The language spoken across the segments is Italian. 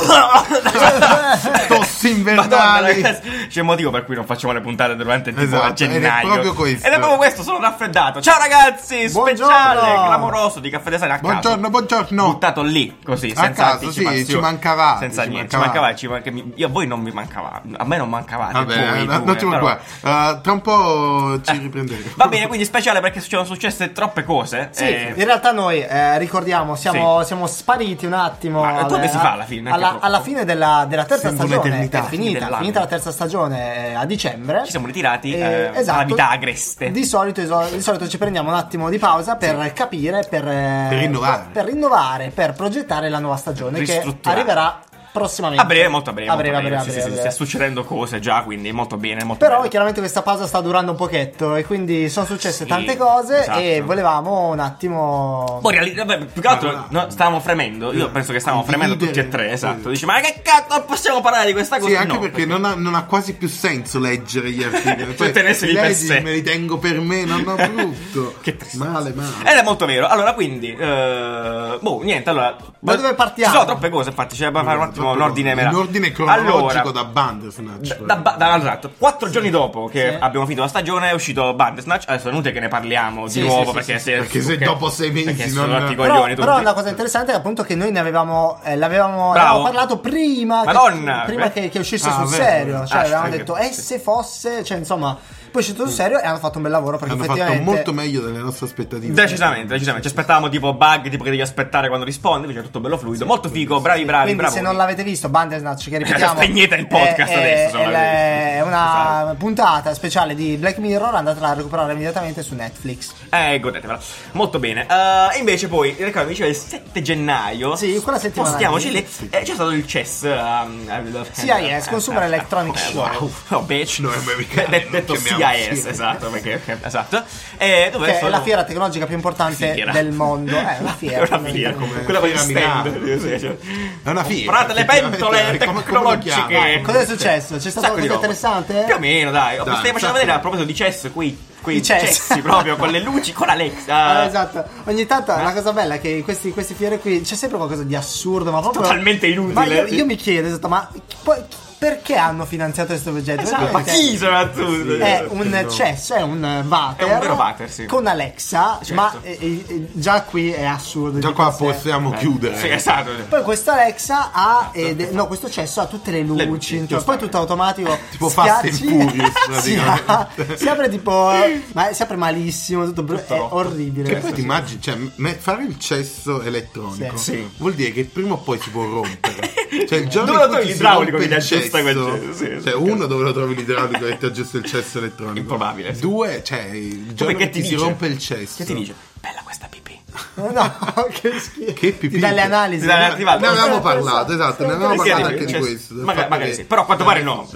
tossi invernali. C'è un motivo per cui non facciamo le puntate durante tipo Esatto, a gennaio. ed è proprio questo. Sono raffreddato. Ciao ragazzi, Buongiorno. speciale clamoroso di Caffè Design a caso. Buongiorno. Buttato lì così, A senza caso, sì, anticipazione. ci mancavate. Senza niente, ci mancava. Io a voi non vi mancava. A me non mancavate. Vabbè, voi, non ci però... tra un po' ci riprenderemo. Va bene, quindi speciale perché sono successe troppe cose. Sì, in realtà noi ricordiamo, siamo spariti un attimo. Ma come si fa alla fine? Alla fine della terza Sembra stagione, un'eternità. è finita la terza stagione a dicembre. Ci siamo ritirati esatto. alla vita agreste. Di solito ci prendiamo un attimo di pausa per capire, per rinnovare, per progettare la nuova stagione che arriverà prossimamente. A breve, molto a breve. A breve. Sta succedendo cose già, quindi molto bene. Però bello. chiaramente questa pausa sta durando un pochetto e quindi sono successe tante cose, esatto. e volevamo un attimo... Più che altro stavamo fremendo. Io penso che stavamo fremendo tutti e tre. Esatto. Dici, ma che cazzo possiamo parlare di questa cosa? Sì, anche perché non ha quasi più senso leggere gli articoli. Cioè, tenerseli per sé. Me li tengo per me, non ho brutto. Che triste. Male. Ed è molto vero. Allora, quindi niente, allora. Da dove partiamo? Ci sono troppe cose, infatti, c'è da fare un attimo un ordine in ordine cronologico, allora, da Bandersnatch. Esatto. 4 giorni dopo che abbiamo finito la stagione è uscito Bandersnatch. Adesso è inutile che ne parliamo di nuovo, perché se dopo 6 mesi non... Però la cosa interessante è appunto che noi ne avevamo parlato prima che uscisse sul serio. Cioè avevamo detto se fosse, cioè insomma, poi è uscito sul serio e hanno fatto un bel lavoro, perché hanno effettivamente fatto molto meglio delle nostre aspettative. Decisamente. Ci aspettavamo tipo bug, tipo che devi aspettare quando rispondi, invece è tutto bello fluido, molto figo, bravi. Quindi se non l'avete visto, Bandersnatch, che ripetiamo, spegnete il podcast adesso. È una puntata speciale di Black Mirror, andatela a recuperare immediatamente su Netflix. Godetevela. Molto bene. E invece poi, Riccardo mi diceva il 7 gennaio. Sì, quella settimana. Spostiamoci lì. C'è stato il CES. CIS, Consumer Electronics Show. No, bitch. Noi americani detto CIS, esatto, perché esatto. Dove è la fiera tecnologica più importante del mondo. È una fiera. È una fiera, quella con gli stand. È una fiera. Comprate le pentole tecnologiche. Cosa è successo? C'è stato qualcosa di interessante? Più o meno, dai. Stai facendo vedere a proposito di CES quei cessi proprio con le luci, con Alexa. Esatto. Ogni tanto la cosa bella è che in questi fiere qui c'è sempre qualcosa di assurdo, ma proprio totalmente inutile. Ma io mi chiedo, esatto, ma poi perché hanno finanziato questo progetto? Esatto, ma chi soprattutto? È un CES, è un water. È un vero water, sì. Con Alexa, certo. Ma già qui è assurdo. Già qua possiamo chiudere. Sì, esatto. Poi questo Alexa ha questo CES ha tutte le luci, poi tutto automatico. Tipo Fast and Furious, praticamente. Si apre tipo, ma si apre malissimo, tutto è orribile. Che poi ti immagini, cioè, fare il cesso elettronico vuol dire che prima o poi si può rompere. Cioè il giorno in cui ti l'idraulico che ti cesso, uno dove lo trovi l'idraulico che ti aggiusta il cesso elettronico. Improbabile. Due, cioè il giorno che ti si rompe il cesso. Che ti dice? Bella questa pipì. No, che schifo. Che pipì. Dalle analisi. Ne avevamo parlato, esatto, ne avevamo parlato anche di questo. Magari sì, però a quanto pare no.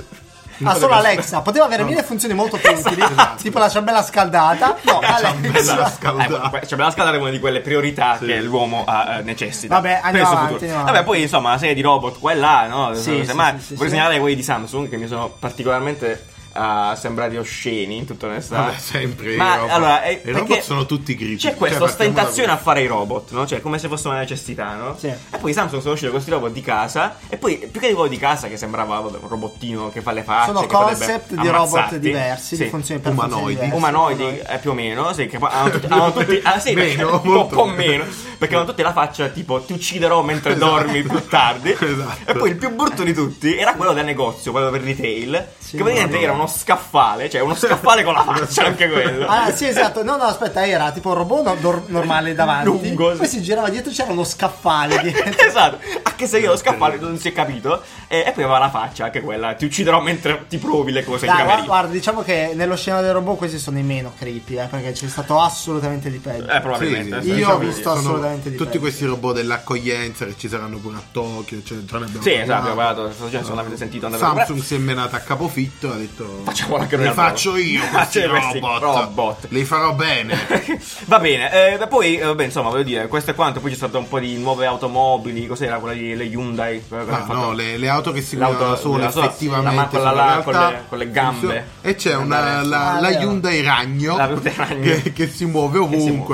Solo Alexa poteva avere mille funzioni molto più utili, tipo la ciambella scaldata. No, ciambella scaldata. Ciambella scaldata è una di quelle priorità che l'uomo necessita. Vabbè, andiamo avanti. Vabbè, poi insomma una serie di robot qua e là, no? Ma sì, vorrei segnalare quelli di Samsung che mi sono particolarmente sembrati osceni, in tutta onestà. Vabbè, sempre. Ma allora, i robot sono tutti grigi. C'è questa ostentazione a fare i robot, no? Cioè, come se fosse una necessità, no? Sì. E poi Samsung sono usciti questi robot di casa. E poi, più che di quello di casa, che sembrava un robottino che fa le facce. Sono che concept di robot ammazzarti. diversi, di funzioni per umanoidi, più o meno. Sì, che hanno tutti. Meno, un po' meno. Perché hanno tutti la faccia tipo ti ucciderò mentre dormi più tardi. Esatto. E poi il più brutto di tutti era quello del negozio, quello per retail. Che praticamente era uno scaffale, cioè uno scaffale con la faccia, anche quello. Ah, sì, esatto. No, aspetta, era tipo un robot normale davanti. Lungo, poi si girava dietro, c'era uno scaffale. Esatto. Anche se io lo scaffale non si è capito. E poi aveva la faccia, anche quella. Ti ucciderò mentre ti provi le cose. Guarda, diciamo che nello scenario del robot questi sono i meno creepy, perché c'è stato assolutamente di peggio. Probabilmente. Sì, io ho visto assolutamente di peggio. Tutti questi robot dell'accoglienza che ci saranno pure a Tokyo. Cioè, sì, esatto, abbiamo parlato. Non l'avete sentito. Samsung si è menata a capofitto, ha detto facciamo anche li faccio io questi robot. Li farò bene. Va bene. Poi insomma, voglio dire, questo è quanto. Poi c'è stato un po' di nuove automobili. Cos'era quella di le Hyundai? No, le auto che si guidano da sole, effettivamente con le gambe. E c'è la Hyundai Ragno che si muove ovunque.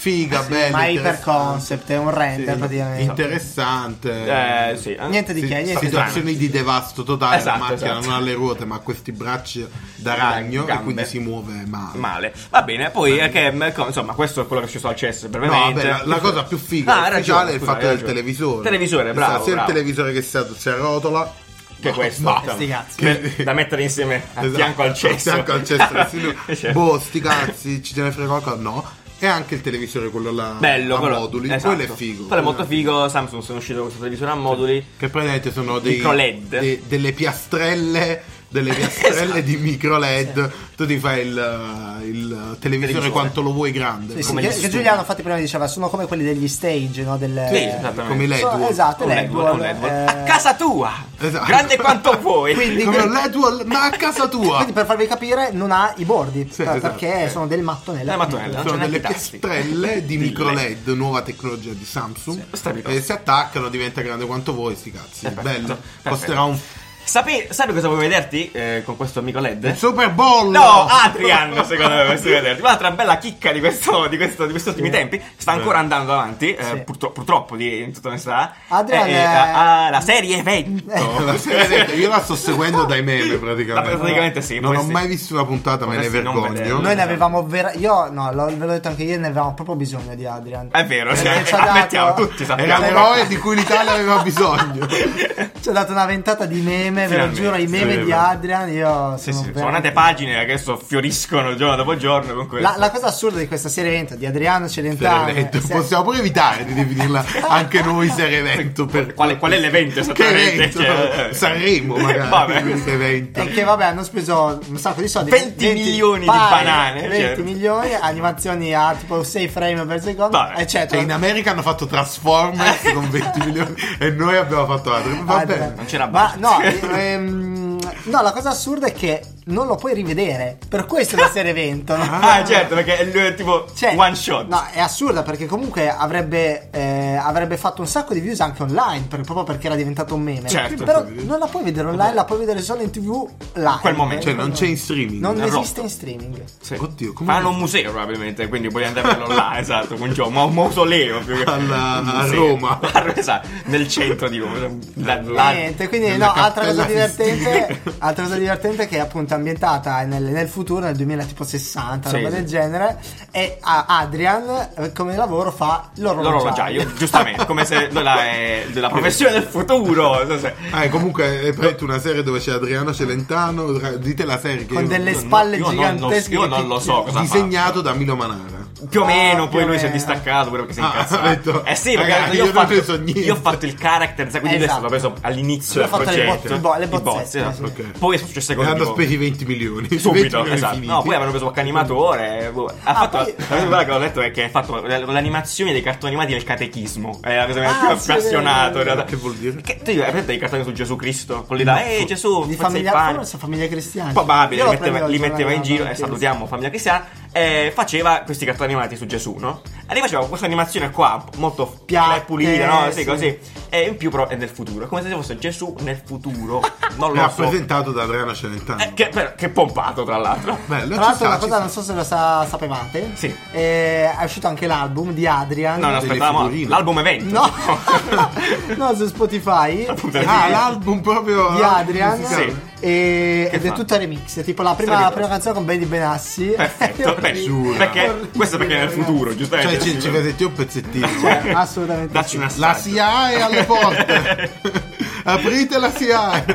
figa, bella, ma iper concept, è un render praticamente interessante. Niente di che, niente situazioni di devasto totale. La macchina non ha le ruote ma ha questi bracci da ragno e quindi si muove male. Va bene, poi insomma questo è quello che è sceso al CES brevemente. No, la cosa più figa ufficiale è il fatto del televisore, bravo, sia il televisore che si arrotola che questo da mettere insieme a fianco al cesso. Sti cazzi, ci deve fare qualcosa? No. E anche il televisore, quello là bello, a moduli, quello è figo. Quello è molto figo. Samsung sono uscito con questo televisore a moduli che praticamente sono micro LED, delle piastrelle di micro LED. Tu ti fai il televisore quanto lo vuoi grande. Che Giuliano infatti prima diceva sono come quelli degli stage, no? Come LED. Esatto, LED a casa tua, grande quanto vuoi. Quindi, come LED wall, ma a casa tua. Quindi per farvi capire non ha i bordi, perché sono delle mattonelle. Sono delle piastrelle di micro LED, nuova tecnologia di Samsung. E si attaccano, diventa grande quanto vuoi, sti cazzi. Bello. Costerà un... Sapi cosa vuoi vederti con questo amico LED? Il Super Bowl! No, Adrian, secondo me vuoi vederti. Un'altra bella chicca di questi ultimi tempi. Sta ancora andando avanti, purtroppo in tutta onestà. Adrian la serie evento. Io la sto seguendo dai meme praticamente. Praticamente sì. Non ho mai visto una puntata, me ne vergogno. Noi ne avevamo ve l'ho detto anche ieri, ne avevamo proprio bisogno di Adrian. È vero, ammettiamo, tutti sappiamo. Era l'eroe di cui l'Italia aveva bisogno. Ci ha dato una ventata di meme. Ve lo giuro, i meme di Adrian sono nate pagine che adesso fioriscono giorno dopo giorno con la cosa assurda di questa serie evento di Adriano Celentano possiamo pure evitare di definirla anche noi serie evento qual è l'evento esattamente? Sanremo magari e che hanno speso un sacco di soldi, 20 milioni di banane, 20 milioni, animazioni a tipo 6 frame per secondo, eccetera. E in America hanno fatto Transformers con 20 milioni e noi abbiamo fatto altro. Vabbè, non c'era no, la cosa assurda è che non lo puoi rivedere. Per questo è una serie evento. Certo, perché è tipo one shot. No, è assurda perché comunque avrebbe fatto un sacco di views anche online, proprio perché era diventato un meme. Certo. Però non la puoi vedere online, la puoi vedere solo in TV live. In quel momento. Cioè non c'è in streaming. Non esiste in streaming. Sì. Oddio, come fanno un museo probabilmente, quindi puoi andare a vederlo là, esatto, un mausoleo più che a Roma. Esatto, nel centro di Roma. Niente, quindi altra cosa divertente è che appunto ambientata nel futuro, nel 2060, roba del genere, e Adrian come lavoro fa l'orologiaio. Giustamente, come se della professione del futuro. Comunque è una serie dove c'è Adriano Celentano, dite la serie che con delle spalle gigantesche. Io non lo so cosa disegnato da Milo Manara. Più o meno, poi lui si è distaccato pure perché si è incazzato. Sì, perché io ho fatto il character, quindi adesso l'ho preso all'inizio del progetto. Le bozze. Poi è successo che hanno spesi 20 milioni subito, esatto. No, poi avevano preso qualche animatore. La cosa che ho detto è che ha fatto l'animazione dei cartoni animati del catechismo. È la cosa che mi ha più appassionato in realtà. Che vuol dire? Che tu hai presente i cartoni su Gesù Cristo? Quelli da Gesù di famiglia cristiana. Probabile, li metteva in giro e salutiamo famiglia cristiana. Faceva questi cartoni animati su Gesù, no? E lì faceva questa animazione qua molto piana e pulita, no? Sì, così. E in più però è nel futuro, come se fosse Gesù nel futuro. Non lo so. Rappresentato da Adriano Celentano. Che pompato, tra l'altro. Bello, tra l'altro una cosa non so se lo sapevate. Sì. È uscito anche l'album di Adrian. No, aspetta, l'album evento. No, su Spotify. L'album proprio di Adrian. Sì. Ed è tutta remix, tipo la prima canzone con Benny Benassi. Perfetto, perché questo perché è nel futuro, giustamente. Cioè ci vedete un pezzettino. Assolutamente. Dacci una la SIA è alle porte. Aprite la SIA.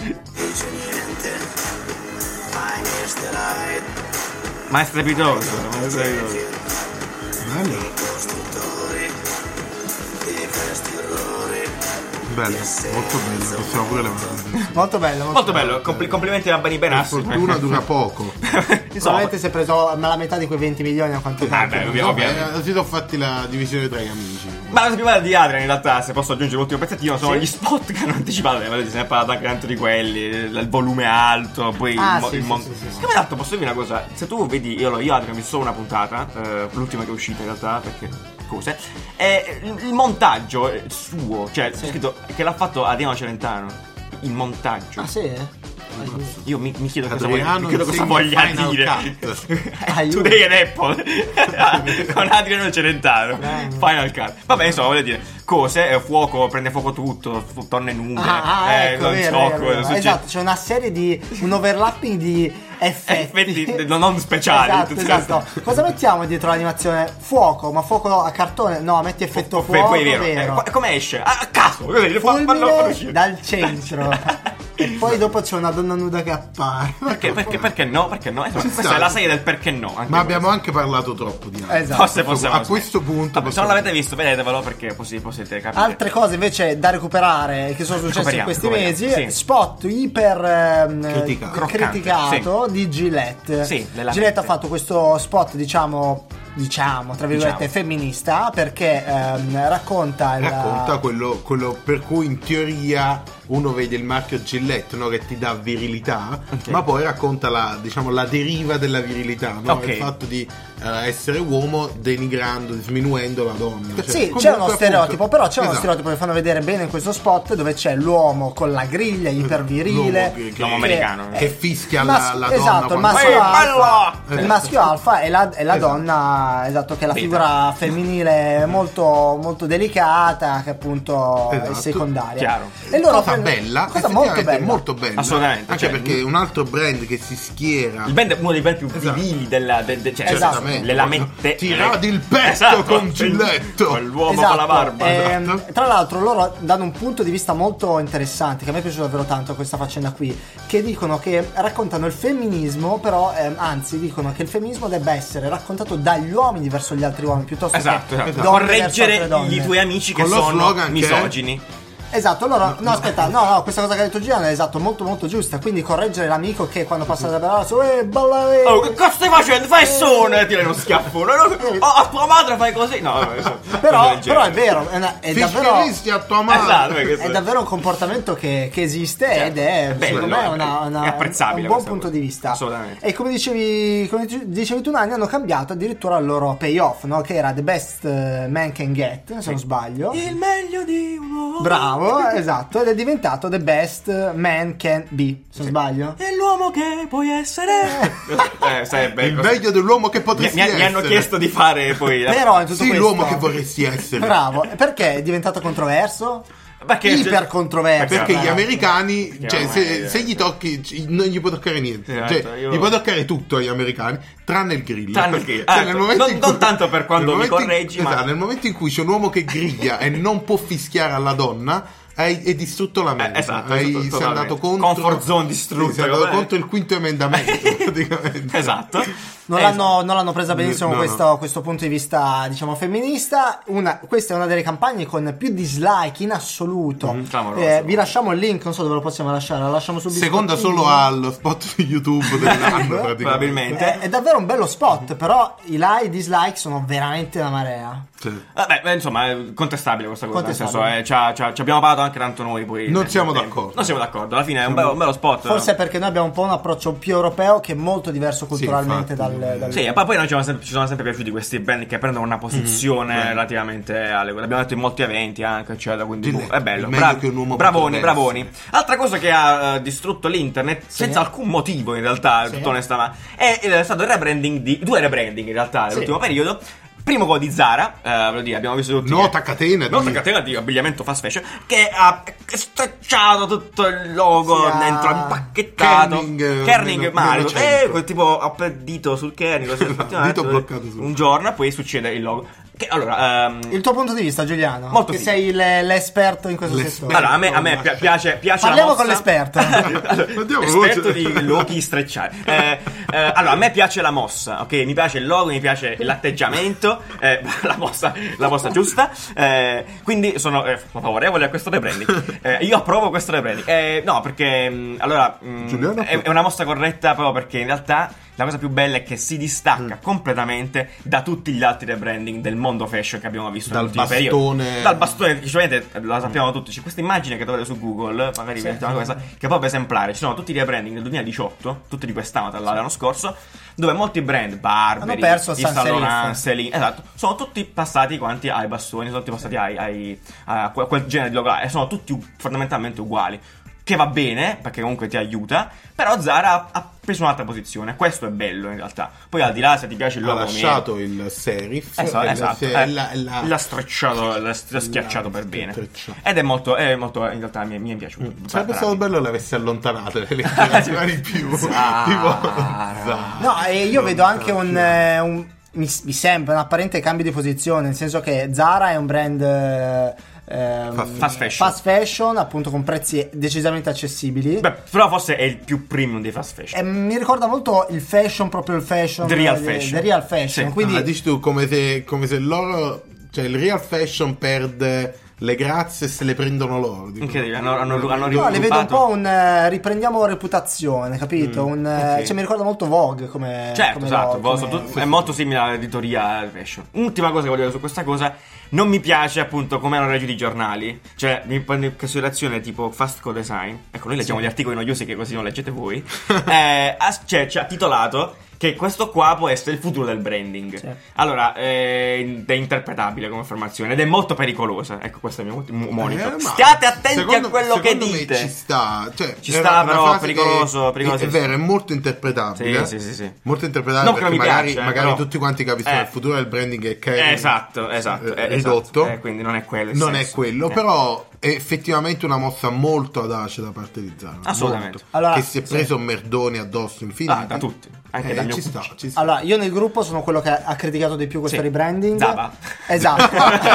Ma è strepitoso. Bello, molto bello, possiamo pure lavorare. Molto bello. Complimenti a Benny Benassi. Per fortuna dura poco. Solamente si è preso la metà di quei 20 milioni a quanto tempo. Si sono fatti la divisione tra gli amici. Ma la prima di Adrian, in realtà, se posso aggiungere l'ultimo pezzettino, sono gli spot che hanno anticipato. Se ne è parlato anche tanto di quelli, il volume alto, poi il montaggio. Come l'altro, posso dirvi una cosa? Se tu vedi, io Adrian ho visto solo una puntata, l'ultima che è uscita in realtà, perché cose, e il montaggio suo, cioè c'è scritto che l'ha fatto Adriano Celentano. Il montaggio. Ah sì? Io mi chiedo cosa voglia dire. Today and Apple con Adriano Celentano. Final Cut. Vabbè, insomma, voglio dire, cose, fuoco, prende fuoco tutto, donne nude, ecco, vero. Esatto, c'è una serie di un overlapping di effetti non speciali. Esatto. Cosa mettiamo dietro l'animazione? Fuoco, ma fuoco a cartone? No, metti effetto fuoco. Poi è vero. Come esce? A caso, fulmine dal centro. E poi dopo c'è una donna nuda che appare. Perché no? Questa è la serie del perché no. Ma abbiamo anche parlato troppo di esatto. Forse a questo punto. Se non l'avete visto, vedetelo perché così potete capire. Altre cose invece da recuperare che sono successe in questi mesi. Sì. Spot iper criticato di Gillette. Sì, Gillette ha fatto questo spot, diciamo tra virgolette femminista, perché racconta quello per cui in teoria uno vede il marchio Gillette, no, che ti dà virilità, ma poi racconta la deriva della virilità, no? Il fatto di essere uomo denigrando, sminuendo la donna. Sì, c'è uno stereotipo, però c'è uno stereotipo che fanno vedere bene in questo spot, dove c'è l'uomo con la griglia ipervirile, l'uomo americano che fischia la donna. Esatto, il maschio alfa e la donna, esatto, che è la figura femminile molto, molto delicata, che appunto è secondaria. Chiaro. E loro bella, molto bella, assolutamente, anche perché un altro brand che si schiera, il brand è uno dei brand più virili le lamette, tirati il petto con Gillette, l'uomo con la barba. Tra l'altro loro danno un punto di vista molto interessante, che a me è piaciuto davvero tanto questa faccenda qui, che dicono che raccontano il femminismo, però anzi dicono che il femminismo debba essere raccontato dagli uomini verso gli altri uomini, piuttosto che correggere i tuoi amici che sono misogini. Esatto, loro no, questa cosa che ha detto Giuliano è esatto, molto molto giusta. Quindi correggere l'amico che quando passa da ballare che cosa stai facendo? Fai suono e tira uno schiaffone. A tua madre fai così. No, però è vero, è davvero a tua madre. È davvero un comportamento che esiste, ed è secondo me è apprezzabile, un buon punto di vista. Assolutamente. E come dicevi tu, Nanni, hanno cambiato addirittura il loro payoff, no? Che era The Best Man Can Get, se non sbaglio. Il meglio di un uomo. Bravo, esatto, ed è diventato The Best Man Can Be, se non sbaglio. È l'uomo che puoi essere. Il meglio dell'uomo che potresti essere. Mi hanno chiesto di fare poi. Però in tutto questo, l'uomo che vorresti essere. Bravo, perché è diventato controverso? Iper controverso. Perché gli americani, se gli tocchi, non gli può toccare niente. Gli può toccare tutto agli americani, tranne il grill. Non tanto per quando mi correggi, ma nel momento in cui c'è un uomo che griglia e non può fischiare alla donna, hai distrutto la mente. Esatto, sei andato contro comfort zone distrutto, sei andato contro il quinto emendamento praticamente. Esatto. Non l'hanno presa benissimo questo punto di vista, diciamo, femminista. Questa è una delle campagne con più dislike in assoluto. Vi lasciamo il link, non so dove lo possiamo lasciare, lo lasciamo subito. Seconda solo allo spot di YouTube dell'anno probabilmente. È davvero un bello spot, però i dislike sono veramente una marea. Vabbè, insomma, è contestabile questa cosa. Nel senso, ci abbiamo parlato anche tanto noi. Poi non siamo d'accordo. Alla fine è un bello spot. Forse perché noi abbiamo un po' un approccio più europeo, che è molto diverso culturalmente dal. Sì, e poi noi ci sono sempre piaciuti questi brand che prendono una posizione relativamente alle. L'abbiamo detto in molti eventi anche, eccetera. Quindi è bello. Bravoni. Altra cosa che ha distrutto l'internet senza alcun motivo, in realtà, tutta onestà, è stato il rebranding di due rebranding in realtà nell'ultimo periodo. Primo quello di Zara, abbiamo visto tutti. Nota catena di abbigliamento fast fashion, che ha stracciato tutto il logo dentro, impacchettato. Kerning male. Quel tipo appendito sul Kerning. Dito bloccato un giorno, poi succede il logo. Il tuo punto di vista, Giuliano? Molto che sei l'esperto in questo settore. Allora, a me piace Parliamo la mossa. con l'esperto. Esperto di loghi strecciari. Allora, a me piace la mossa, ok? Mi piace il logo, mi piace l'atteggiamento, la mossa giusta. Quindi sono favorevole a questo rebranding. Io approvo questo rebranding. No, perché allora è una mossa corretta, proprio perché in realtà la cosa più bella è che si distacca completamente da tutti gli altri rebranding del mondo fashion che abbiamo visto nell'ultimo periodo. Dal bastone, sicuramente la sappiamo tutti. C'è questa immagine che trovate su Google, magari vediamo questa, che è proprio esemplare. Ci sono tutti i rebranding del 2018, tutti di quest'anno, dall'anno scorso, dove molti brand, Burberry, hanno perso Yves Saint Laurent, Celine, esatto, sono tutti passati quanti ai bastoni, sono tutti passati a quel genere di logo, e sono tutti fondamentalmente uguali. che va bene, perché comunque ti aiuta, però Zara ha preso un'altra posizione, questo è bello in realtà. Poi al di là se ti piace il logo, ha lasciato il serif, esatto, l'ha strecciato, l'ha schiacciato per bene, ed è molto in realtà mi è piaciuto. Sarebbe stato bello l'avessi allontanato le lettere di più, tipo no, e io vedo anche mi sembra un apparente cambio di posizione, nel senso che Zara è un brand fast fashion, appunto, con prezzi decisamente accessibili. Beh, però forse è il più premium dei fast fashion. Mi ricorda molto il fashion, proprio il fashion, the real fashion. Sì. Quindi dici tu come se loro, cioè il real fashion perde le grazie se le prendono loro. Incredibile, hanno no, le vedo un po' riprendiamo reputazione, capito? Cioè mi ricorda molto Vogue come. Certo, come esatto. come... È molto simile all'editoria fashion. Ultima cosa che voglio dire su questa cosa. Non mi piace appunto come hanno reagito i giornali. Cioè mi prendo in considerazione tipo Fast Co Design. Ecco, noi leggiamo gli articoli noiosi che così non leggete voi. Ci ha titolato che questo qua può essere il futuro del branding. Sì. Allora, è interpretabile come affermazione ed è molto pericolosa. Ecco, questo è il mio monito. Stiate attenti a quello che dite. Me ci sta, cioè, ci sta, però pericoso. È vero, è molto interpretabile. Sì. Molto interpretabile, non perché magari però... tutti quanti capiscono il futuro del branding è esatto. ridotto. Quindi non è quello. È quello, però è effettivamente una mossa molto audace da parte di Zara. Assolutamente. Allora, che si è preso merdoni addosso infiniti. Da tutti. Anche da ci sta. Allora, io nel gruppo sono quello che ha criticato di più questo rebranding. Zaba. Esatto.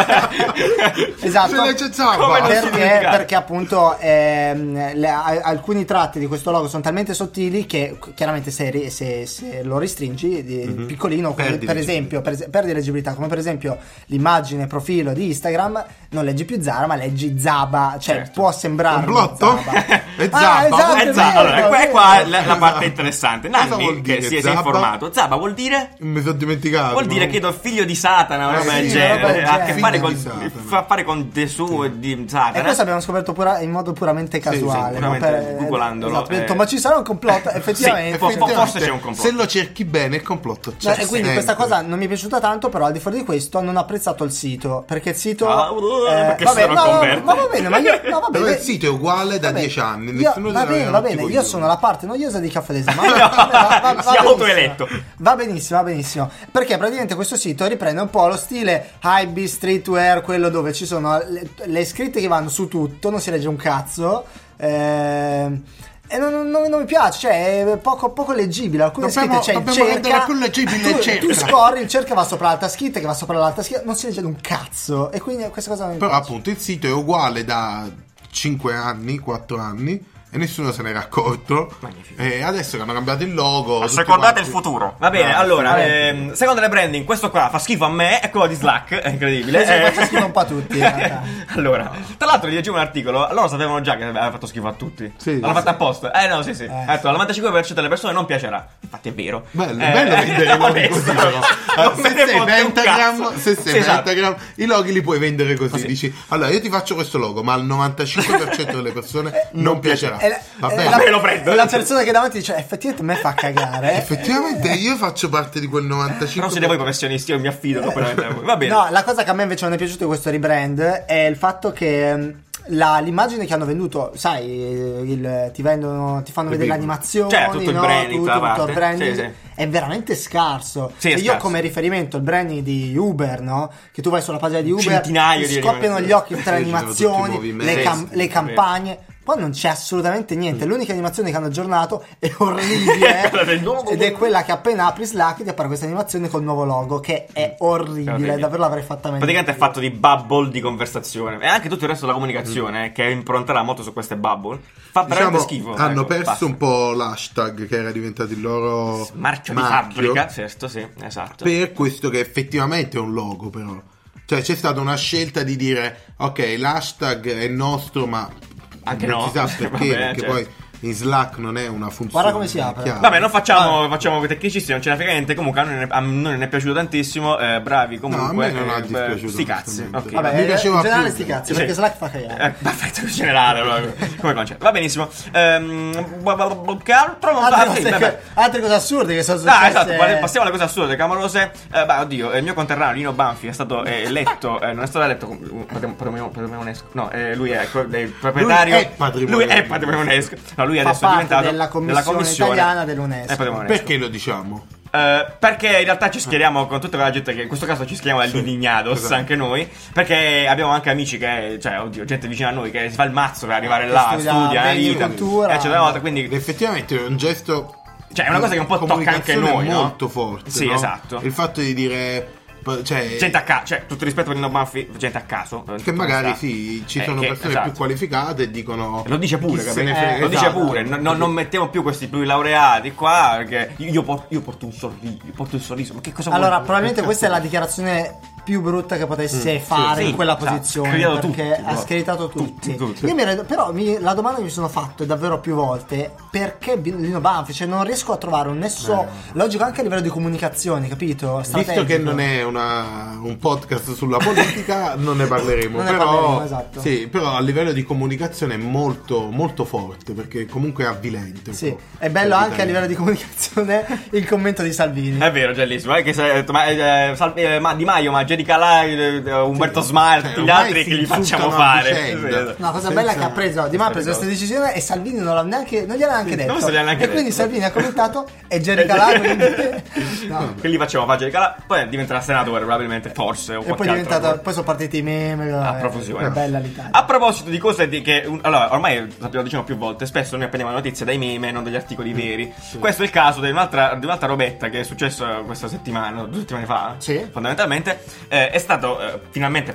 Perché appunto alcuni tratti di questo logo sono talmente sottili che chiaramente se lo restringi piccolino, per esempio perdi leggibilità, come per esempio l'immagine profilo di Instagram, non leggi più Zara ma leggi Zaba, cioè può sembrare un blotto. È Zaba. Esatto. Allora, è qua la parte interessante. Nanni, che si è informato. Zaba vuol dire? Mi sono dimenticato. Vuol dire, credo, figlio di Satana, una roba del genere. Ha a che fare con Gesù e di Satana. E questo abbiamo scoperto in modo puramente casuale. Googlandolo. Esatto, ho detto, ma ci sarà un complotto? Effettivamente. Forse c'è un complotto. Se lo cerchi bene, il complotto c'è. E quindi questa cosa non mi è piaciuta tanto, però al di fuori di questo non ho apprezzato il sito. Perché il sito. Perché va bene, ma io. No, però il sito è uguale da 10 anni. Va bene. Io sono la parte noiosa di Caffè Design. Si è autoeletto. Va benissimo. Perché praticamente questo sito riprende un po' lo stile Hypebeast, streetwear, quello dove ci sono le scritte che vanno su tutto, non si legge un cazzo. E non mi piace, cioè è poco leggibile. Alcune scritte c'è il cerca, tu scorri, il cerca va sopra l'altra scritta, che va sopra l'altra scritta, non si legge un cazzo. E quindi questa cosa non mi piace. Però appunto il sito è uguale da 5 anni, 4 anni. E nessuno se n'era accorto. Magnifico. E adesso che hanno cambiato il logo, ricordate il futuro. Va bene, allora secondo le branding, questo qua fa schifo a me. È quello di Slack, è incredibile. Fa schifo un po' a tutti. Allora, tra l'altro gli leggevo un articolo. Loro sapevano già che aveva fatto schifo a tutti. L'hanno fatto apposta. No, sì. Ha detto al 95% delle persone non piacerà. Infatti è vero. Bello vendere loghi così. Se sei Pentagram, i loghi li puoi vendere così. Dici, allora io ti faccio questo logo, ma al 95% delle persone non piacerà. Lo prendo. La persona che davanti dice effettivamente me fa cagare. Effettivamente io faccio parte di quel 95%. Però siete voi professionisti, io mi affido completamente a voi. Va bene. No, la cosa che a me invece non è piaciuto di questo rebrand è il fatto che l'immagine che hanno venduto, sai, ti fanno vedere le animazioni, tutto il branding, tutto il branding è veramente scarso. Io come riferimento il branding di Uber, no? Che tu vai sulla pagina di Uber, ti scoppiano gli occhi tutte le animazioni, le campagne. Poi non c'è assolutamente niente. L'unica animazione che hanno aggiornato è orribile ed è quella che appena apri Slack ti appare questa animazione col nuovo logo, che è orribile. Davvero l'avrei fatta meglio. Praticamente è fatto di bubble di conversazione. E anche tutto il resto della comunicazione, che impronterà molto su queste bubble, fa veramente schifo. Hanno perso un po' l'hashtag, che era diventato il loro marchio di fabbrica. Certo, sì, esatto. Per questo che effettivamente è un logo, però. Cioè c'è stata una scelta di dire ok, l'hashtag è nostro, ma anche non no, si sa perché, perché poi in Slack non è una funzione. Guarda come si apre. Vabbè, non facciamo tecnicisti, non ce ne frega niente. Comunque a noi non è piaciuto tantissimo. Bravi comunque. No, a me non ha dispiaciuto. Sti cazzi. Okay. Vabbè, mi piaceva in generale più. sti cazzi, perché Slack fa cagare. Perfetto, in generale come concetto. Va benissimo. Che altro? Altre cose assurde che sono successe. Esatto, passiamo alle cose assurde, clamorose. Oddio, il mio conterraneo Lino Banfi è stato eletto, non è stato eletto patrimonio UNESCO. No, lui è il proprietario. Lui è patrimonio UNESCO. No, lui adesso è diventato della commissione italiana dell'UNESCO. Perché lo diciamo? Perché in realtà ci schieriamo con tutta quella gente che in questo caso ci schieriamo dagli indignados, esatto. Anche noi, perché abbiamo anche amici che, cioè, oddio, gente vicina a noi che si fa il mazzo per arrivare là, studia la vita, eccetera, quindi effettivamente è un gesto, cioè è una cosa che un po' tocca anche noi, molto forte, sì, no? Esatto. Il fatto di dire, cioè, gente a caso, cioè tutto rispetto per Lino Banfi, gente a caso che magari sì, ci sono persone esatto. più qualificate e dicono, lo dice pure, lo dice pure, non mettiamo più questi plurilaureati qua, perché io porto un sorriso, ma che cosa allora vuoi? Probabilmente questa è la dichiarazione più brutta che potesse fare in quella posizione, perché ha screditato tutti. Io la domanda che mi sono fatto è davvero più volte: perché Lino Banfi? Cioè non riesco a trovare un nesso logico anche a livello di comunicazione, capito? Visto che non è un podcast sulla politica non ne parleremo, però esatto. Sì, però a livello di comunicazione è molto molto forte, perché comunque è avvilente. Sì, è bello anche a livello di comunicazione il commento di Salvini. È vero, bellissimo, che ma Di Maio, ma Jerry Calà, Umberto Smart, tutti gli altri che gli facciamo fare. Una cosa bella che ha preso Di Maio ha preso questa decisione e Salvini non gliel'ha neanche detto. Quindi Salvini ha commentato e Jerry Calà che gli facciamo fare Jerry Calà, poi diventerà senatore probabilmente, forse, o poi sono partiti i meme a profusione. È bella l'Italia. A proposito di cose che allora ormai lo diciamo più volte, spesso noi apprendiamo notizie dai meme, non dagli articoli veri. Questo è il caso di un'altra robetta che è successo questa settimana, 2 settimane fa, fondamentalmente. È stato finalmente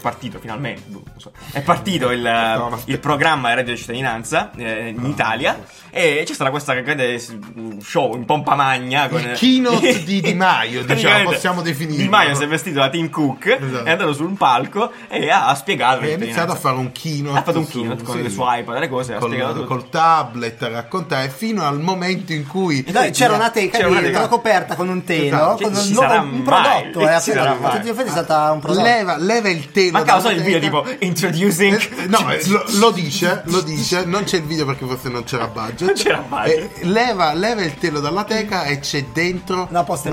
è partito il programma reddito di cittadinanza in Italia, e c'è stata questa grande show in pompa magna con il keynote di Maio, diciamo, possiamo definire. Di Maio si è vestito da Tim Cook, esatto. È andato su un palco e ha spiegato, ha iniziato a fare un keynote, ha fatto un keynote con le sue iPad, le cose, ha spiegato tutto. Col tablet a raccontare, fino al momento in cui c'era una teca dietro coperta con un telo, con un prodotto, a tutti gli effetti è stata un prodotto. Leva il telo. Ma causa il video tipo introducing. No, lo dice, non c'è il video perché forse non c'era budget. Leva il telo dalla teca e c'è dentro una post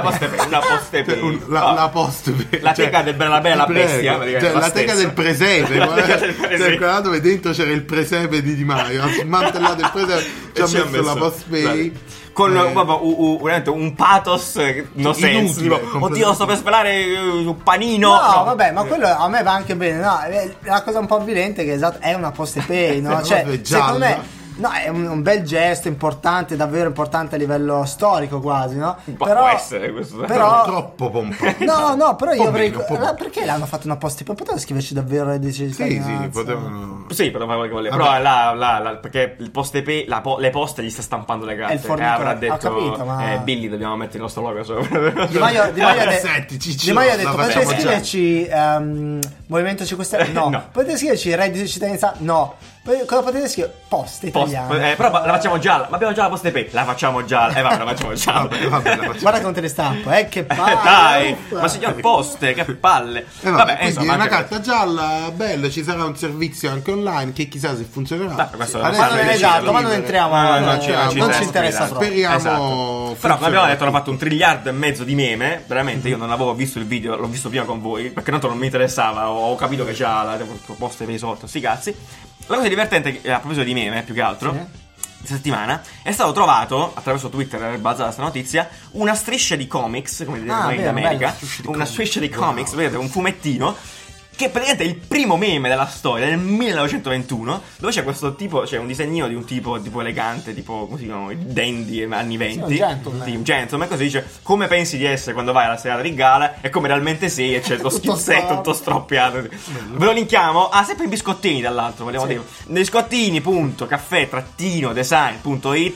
pay. La teca del Bella Bella Bestia, la teca del presepe, quella dove dentro c'era il presepe di Di Maio, ha smantellato il presepe, ci ha messo la post pay con veramente un pathos no senso, tipo, oddio, sto per svelare un panino. No, vabbè, ma quello a me va anche bene. No, la cosa un po' avvilente che è una post pay, no? Cioè, secondo me è un bel gesto importante, davvero importante a livello storico quasi, no? Può essere questo, però troppo pompato. No, però io avrei perché l'hanno fatto una post pay? Potevano scriverci davvero sì, potevano fare quello che volevano. Però perché il post pay, le poste gli sta stampando le carte e avrà detto Billy, dobbiamo mettere il nostro logo sopra. Di Maio ha detto potete scriverci Movimento 5 Stelle? No. Potete scriverci reddito di cittadinanza? No. Cosa potete scrivere? Poste italiane. Però la facciamo gialla. Ma abbiamo già la posta pay. La facciamo gialla. La facciamo gialla. Guarda come te le stampo. Che palle. Dai. Ma signor Poste, che palle. Vabbè, insomma, è una carta gialla. Bello. Ci sarà un servizio anche online che chissà se funzionerà. Ma non entriamo. Non ci interessa troppo. Speriamo. Però come abbiamo detto, hanno fatto 1,5 miliardi di meme. Veramente, io non avevo visto il video. L'ho visto prima con voi, perché tanto non mi interessava. Ho capito che c'ha la posta pay sotto. Sti cazzi. La cosa divertente, a proposito di meme, più che altro, questa settimana è stato trovato, attraverso Twitter è balzata questa notizia, una striscia di comics, come dite noi in America, una striscia di comics, vedete, un fumettino, che praticamente è il primo meme della storia, del 1921, dove c'è questo tipo, c'è un disegnino di un tipo elegante, tipo, come si chiamano, dandy anni 20, un gentleman, così dice, come pensi di essere quando vai alla serata di gala e come realmente sei, e c'è lo schizzetto tutto stroppiato. Ve lo linkiamo, sempre in biscottini dall'altro, vogliamo dire, biscottini.caffè-design.it.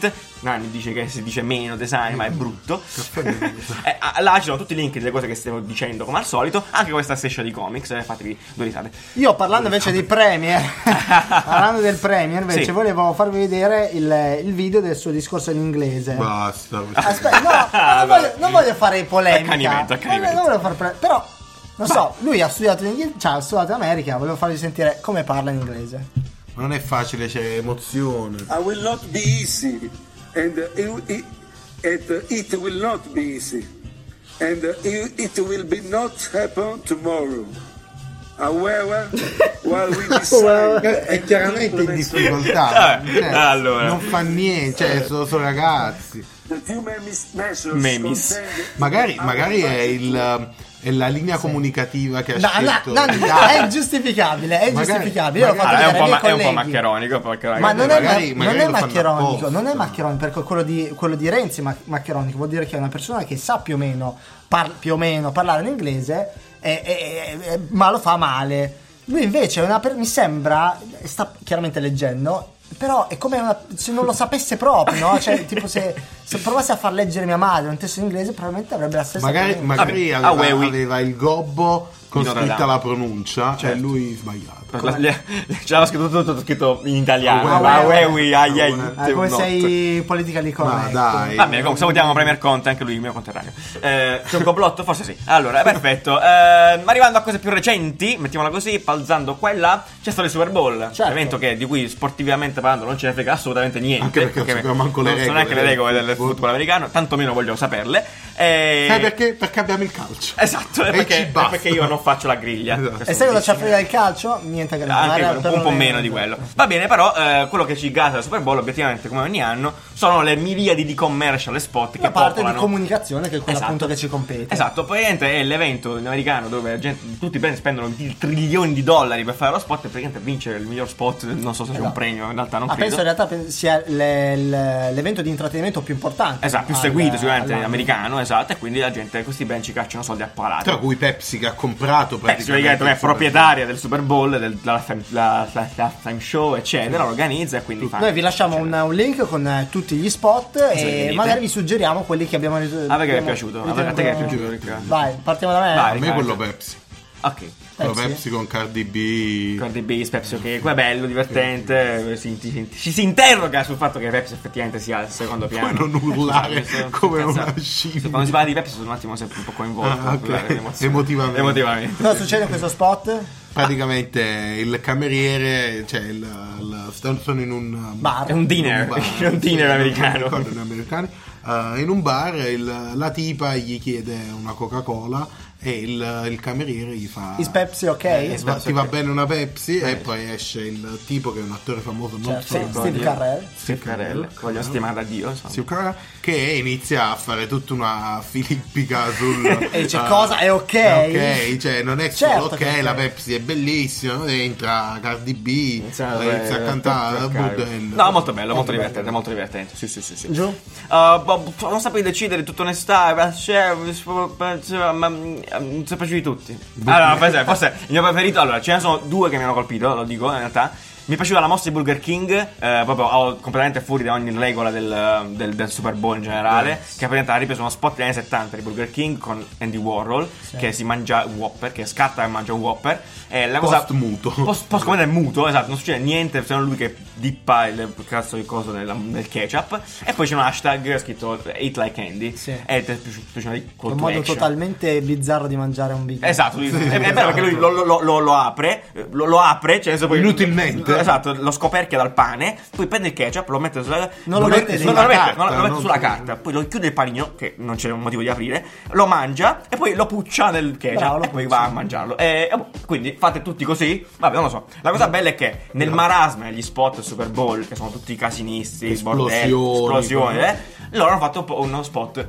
Nanni dice che si dice meno design, ma è brutto. Là ci sono tutti i link delle cose che stiamo dicendo come al solito, anche questa striscia di comics, fatevi due risate. Io parlando invece di Premiere, parlando del Premiere invece volevo farvi vedere il video del suo discorso in inglese. Basta. Aspetta, non voglio fare polemica. Accanimento. Non voglio fare però non so, lui ha studiato in America, volevo farvi sentire come parla in inglese. Ma non è facile, c'è emozione. I will not be easy and it will not be easy and it will be not happen tomorrow. However, while we decide è chiaramente in difficoltà, allora. Non fa niente, cioè sono ragazzi. Magari è la linea comunicativa che ha scelto. È giustificabile, è giustificabile. È un po' maccheronico, ma non è maccheronico, non è maccheronico, perché quello di Renzi è maccheronico, vuol dire che è una persona che sa più o meno parlare in inglese, ma lo fa male. Lui invece mi sembra, sta chiaramente leggendo, però è come se non lo sapesse proprio, no? Cioè, tipo se provassi a far leggere mia madre un testo in inglese, probabilmente avrebbe la stessa magari aveva il gobbo con scritta la pronuncia, cioè lui sbagliato. C'era scritto in italiano. Come sei politically correct. Va bene, comunque salutiamo Premier Conte, anche lui il mio conterraneo. C'è un complotto? Forse sì. Allora, perfetto. Arrivando a cose più recenti, mettiamola così, palzando qua e là, c'è stato il Super Bowl, un evento di cui sportivamente parlando non ce ne frega assolutamente niente. Anche perché non sappiamo manco le regole. Non neanche le regole del football americano, tantomeno voglio saperle. Sai perché? Perché abbiamo il calcio. Esatto, perché io non faccio la griglia. Esatto. E sai cosa ci frega il calcio? Niente che un po' meno di quello. Va bene, però quello che ci gasa al Super Bowl obiettivamente come ogni anno sono le miliardi di commercial e spot che parte di comunicazione, che è quella appunto che ci compete. Esatto, praticamente è l'evento americano dove tutti i brand spendono trilioni di dollari per fare lo spot e praticamente vincere il miglior spot. Non so se c'è un premio, in realtà non credo. Penso in realtà sia l'evento di intrattenimento più importante, esatto, più seguito sicuramente americano, esatto, e quindi la gente, questi brand ci cacciano soldi a palate. Tra cui Pepsi, che ha comprato praticamente è proprietaria del Super Bowl, la time show eccetera, organizza, e quindi noi vi lasciamo un link con tutti gli spot e magari vi suggeriamo quelli che abbiamo perché mi è piaciuto, a te che è piaciuto, Riccardo? Vai, partiamo da me. A me quello Pepsi. Ok. Pepsi con Cardi B, Pepsi, ok, qua è bello, divertente, si interroga sul fatto che Pepsi effettivamente sia al secondo piano. Puoi non urlare come una scimmia. Quando si parla di Pepsi sono un attimo sempre un po' coinvolto. Emotivamente. Cosa succede in questo spot? Praticamente il cameriere, cioè sono in un bar, è un dinner americano. In un bar la tipa gli chiede una Coca-Cola e il cameriere gli fa Is Pepsi ok? Ti va bene una Pepsi? E poi esce il tipo che è un attore famoso, Steve Carell, voglio stimare da Dio, Steve Carell, che inizia a fare tutta una filippica sul e dice cosa è ok? Ok, cioè non è solo ok, la Pepsi è bellissima, entra Cardi B, inizia a cantare bordello. No, molto bello, molto divertente. Sì. Giù? Non sapevi decidere tutta onestà, non si è piaciuti tutti. Allora, forse il mio preferito, allora ce ne sono due che mi hanno colpito, lo dico in realtà. Mi è piaciuta la mossa di Burger King, proprio completamente fuori da ogni regola del Super Bowl in generale, che praticamente ha ripreso uno spot degli anni 70 di Burger King con Andy Warhol, che si mangia un Whopper, che scatta e mangia un Whopper. La cosa post-muto. Post-comune muto, esatto, non succede niente se non lui che dippa il cazzo di coso nel ketchup. E poi c'è un hashtag scritto Eat Like Andy. Sì. E ti è piaciuto un modo totalmente bizzarro di mangiare un Big Mac. Esatto, è bello perché lui lo apre, cioè poi inutilmente. Esatto, lo scoperchia dal pane, poi prende il ketchup, lo mette sulla lo mette sulla carta, poi lo chiude il panino, che non c'è un motivo di aprire, lo mangia e poi lo puccia nel ketchup e poi va a mangiarlo. Quindi fate tutti così, vabbè, non lo so. La cosa bella è che nel marasma degli spot Super Bowl, che sono tutti casinisti, esplosioni, loro hanno fatto uno spot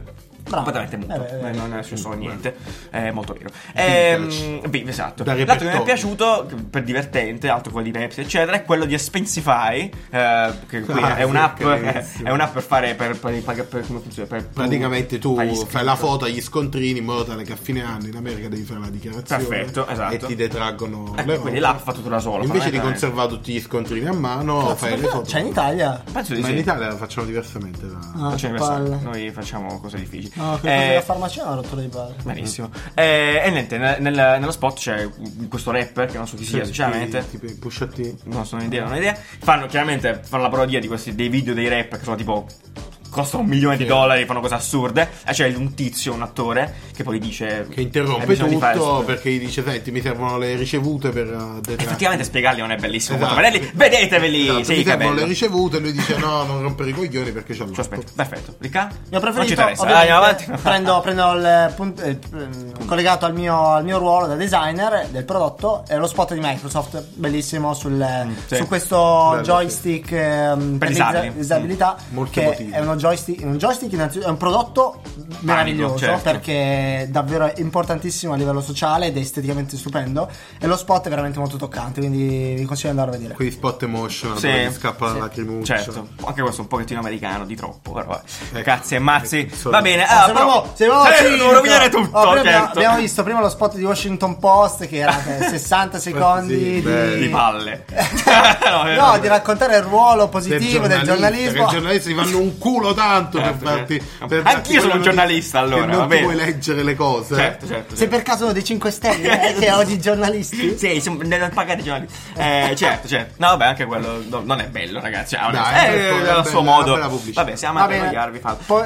completamente muto, non è successo niente, è molto vero. Esatto. L'altro che mi è piaciuto per divertente, altro quello di Pepsi eccetera, è quello di Expensify, che qui è un'app per fare come funziona, praticamente tu fai la foto agli scontrini in modo tale che a fine anno in America devi fare la dichiarazione. Perfetto, esatto. E ti detraggono quindi l'app fa tutto da solo. Invece di conservare tutti gli scontrini a mano, fai le foto. C'è in Italia? Penso di Ma sì. in Italia la facciamo diversamente. Noi facciamo cose difficili. No, la farmacia è una rottura di palle. Benissimo. E niente, nello spot c'è questo rapper che non so chi sia, sinceramente. Tipo Pusha T. Non so un'idea. Fanno la parodia di dei video dei rap che sono tipo costano $1 milione, fanno cose assurde. E c'è un tizio, un attore, che poi dice che interrompe tutto perché gli dice: senti, mi servono le ricevute per effettivamente spiegarli non è bellissimo. Esatto. Vedeteveli. Esatto, mi servono le ricevute. E lui dice: no, non rompere i coglioni perché c'ho l'otto. Aspetta, perfetto. Ricca? Mi ho preferito andiamo avanti. Prendo il collegato al mio ruolo da designer del prodotto, è lo spot di Microsoft, bellissimo su questo joystick per disabilità, molto che emotivo. è un joystick innanzitutto, è un prodotto meraviglioso, certo, perché è davvero importantissimo a livello sociale ed è esteticamente stupendo, e lo spot è veramente molto toccante, quindi vi consiglio di andare a vedere. Quei spot emotional dove scappa la lacrimuccia. Certo, anche questo è un pochettino americano di troppo, però cazzi e mazzi. Va bene, devo rovinare tutto. Abbiamo visto prima lo spot di Washington Post che era 60 secondi di palle. No, di raccontare il ruolo positivo del giornalismo. Che i giornalisti fanno un culo tanto per farti. Anch'io sono un giornalista, allora. Non puoi leggere le cose. Certo. Se per caso uno dei 5 Stelle che oggi giornalisti? Sì, non pagate i giornalisti. Certo. No, vabbè, anche quello non è bello, ragazzi. Dai, a suo modo. Vabbè, siamo a annoiarvi.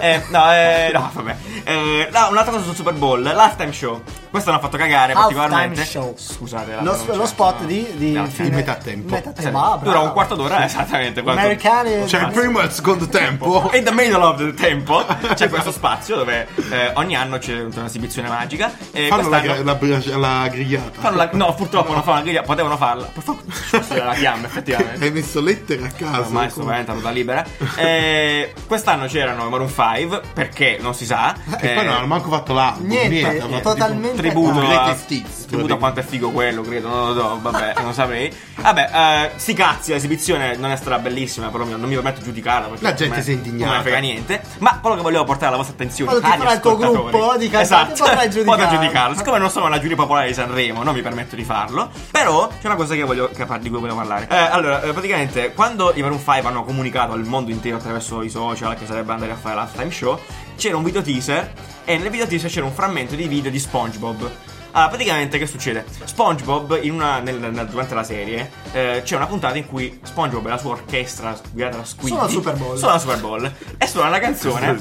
Vabbè. Un'altra cosa sul Super Bowl, l'halftime show. Questo l'hanno fatto cagare particolarmente. Scusate, lo spot di metà tempo. Dura un quarto d'ora, esattamente. Americani. C'è il primo e il secondo tempo. In the middle of the tempo c'è questo spazio dove ogni anno c'è un'esibizione magica. E fanno la grigliata. No, purtroppo non fanno la grigliata. Potevano farla. La fiamma, effettivamente. Hai messo lettere a caso. Ormai sto veramente andando libera. Quest'anno c'erano Maroon 5, perché non si sa. E poi non hanno manco fatto niente, totalmente tributo a quanto è figo quello, credo. No, vabbè, non saprei. Vabbè, sti cazzi, l'esibizione non è stata bellissima, però non mi permetto di giudicarla perché la gente si è indignata. Non me ne frega niente. Ma quello che volevo portare alla vostra attenzione, quello che farà il tuo gruppo di cantanti, potrai giudicarlo. Siccome non sono la giuria popolare di Sanremo, non mi permetto di farlo. Però c'è una cosa di cui voglio parlare. Allora, praticamente, quando i Maroon 5 hanno comunicato al mondo intero attraverso i social che sarebbe andare a fare l'halftime show, c'era un video teaser, e nel video teaser c'era un frammento di video di SpongeBob. Allora, praticamente che succede? SpongeBob durante la serie c'è una puntata in cui SpongeBob e la sua orchestra guidata da Squiddy sono al Super Bowl e suona una canzone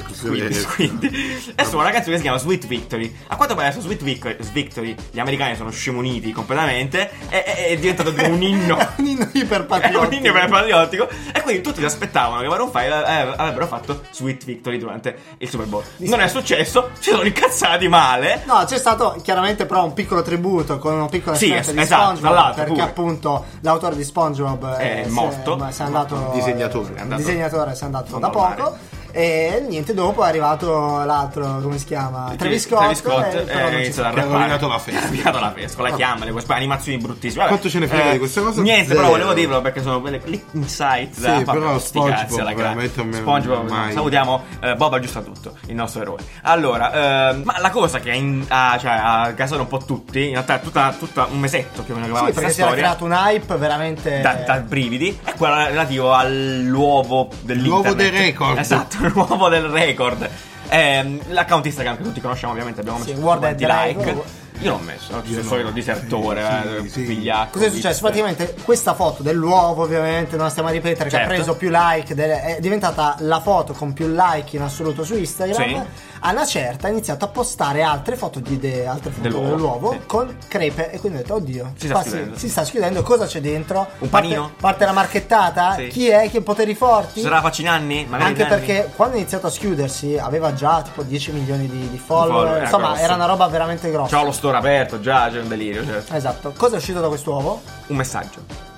Squiddy e suona una canzone che si chiama Sweet Victory. A quanto pare adesso Sweet Victory gli americani sono scemuniti completamente, è diventato un inno un inno iperpatriottico, e quindi tutti si aspettavano che Maroon 5 avrebbero fatto Sweet Victory durante il Super Bowl. Non è successo, ci sono incazzati male. No, c'è stato chiaramente però un piccolo tributo con una piccola scena di SpongeBob, perché appunto l'autore di SpongeBob è morto, si è andato, disegnatore si è andato da poco. E niente, dopo è arrivato l'altro, come si chiama? Travis Scott che ha rovinato la festa con la chiama, le animazioni bruttissime. Quanto ce ne frega di queste cose? Niente, però volevo dirlo perché sono quelle insight da però SpongeBob veramente SpongeBob, salutiamo Bob aggiusta tutto, il nostro eroe. Allora, ma la cosa che ha gasato un po' tutti, in realtà è tutta un mesetto che avevamo perché si era creato un hype veramente da brividi, è quello relativo all'uovo dell'internet. L'uovo dei record. Esatto, l'uovo del record. L'account Instagram che tutti conosciamo, ovviamente abbiamo messo quanti like. Io l'ho messo, il solito disertore, figliacco. Cosa è successo? Praticamente questa foto dell'uovo, ovviamente non la stiamo a ripetere, che ha preso più like, è diventata la foto con più like in assoluto su Instagram. A una certa ha iniziato a postare altre foto dell'uovo con crepe, e quindi ho detto oddio, si sta schiudendo, cosa c'è dentro? Un panino? Parte la marchettata? Sì. Chi è? Chi ha poteri forti? Sarà Facinanni? Anche perché quando ha iniziato a schiudersi aveva già tipo 10 milioni di follower, insomma era una roba veramente grossa. C'ho lo store aperto, già c'è un delirio, certo. Esatto. Cosa è uscito da quest'uovo? Un messaggio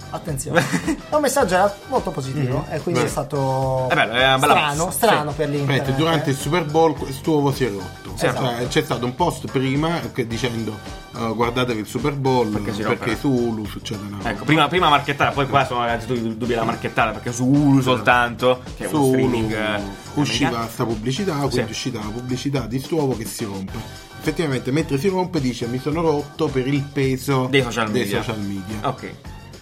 attenzione. Un messaggio era molto positivo e quindi è stato strano per l'Inter. Durante il Super Bowl quest'uovo si è rotto. Cioè, c'è stato un post prima dicendo guardatevi il Super Bowl perché su Hulu succede una cosa. Ecco, prima marchettata, poi qua sono ragazzi dubbi della marchettata, perché su Hulu soltanto, che è uno streaming usciva sta pubblicità, quindi è uscita la pubblicità di st'uovo che si rompe. Effettivamente mentre si rompe dice mi sono rotto per il peso dei social media. Ok.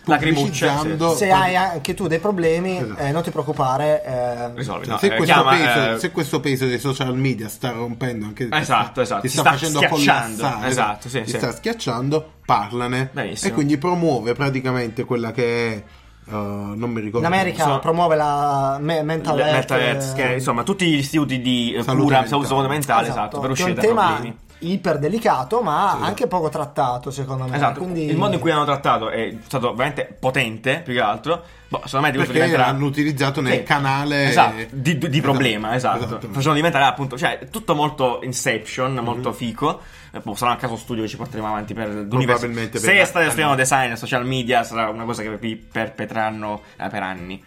Se hai anche tu dei problemi, non ti preoccupare, risolvi. Se questo peso dei social media sta rompendo anche ti sta facendo collassare, ti sta schiacciando, parlane. Benissimo. E quindi promuove praticamente quella che è non mi ricordo. In America promuove la mental health, che insomma tutti gli istituti di cura salute mentale, per uscire dai problemi. Iper delicato, ma anche poco trattato, secondo me. Esatto. Quindi il modo in cui hanno trattato è stato veramente potente, più che altro. Secondo me perché l'hanno utilizzato nel canale di problema, esatto. Facevano diventare appunto, cioè tutto molto Inception, molto fico. Sarà un caso studio che ci porteremo avanti per l'universo. Se state studiando design e social media, sarà una cosa che vi perpetreranno per anni.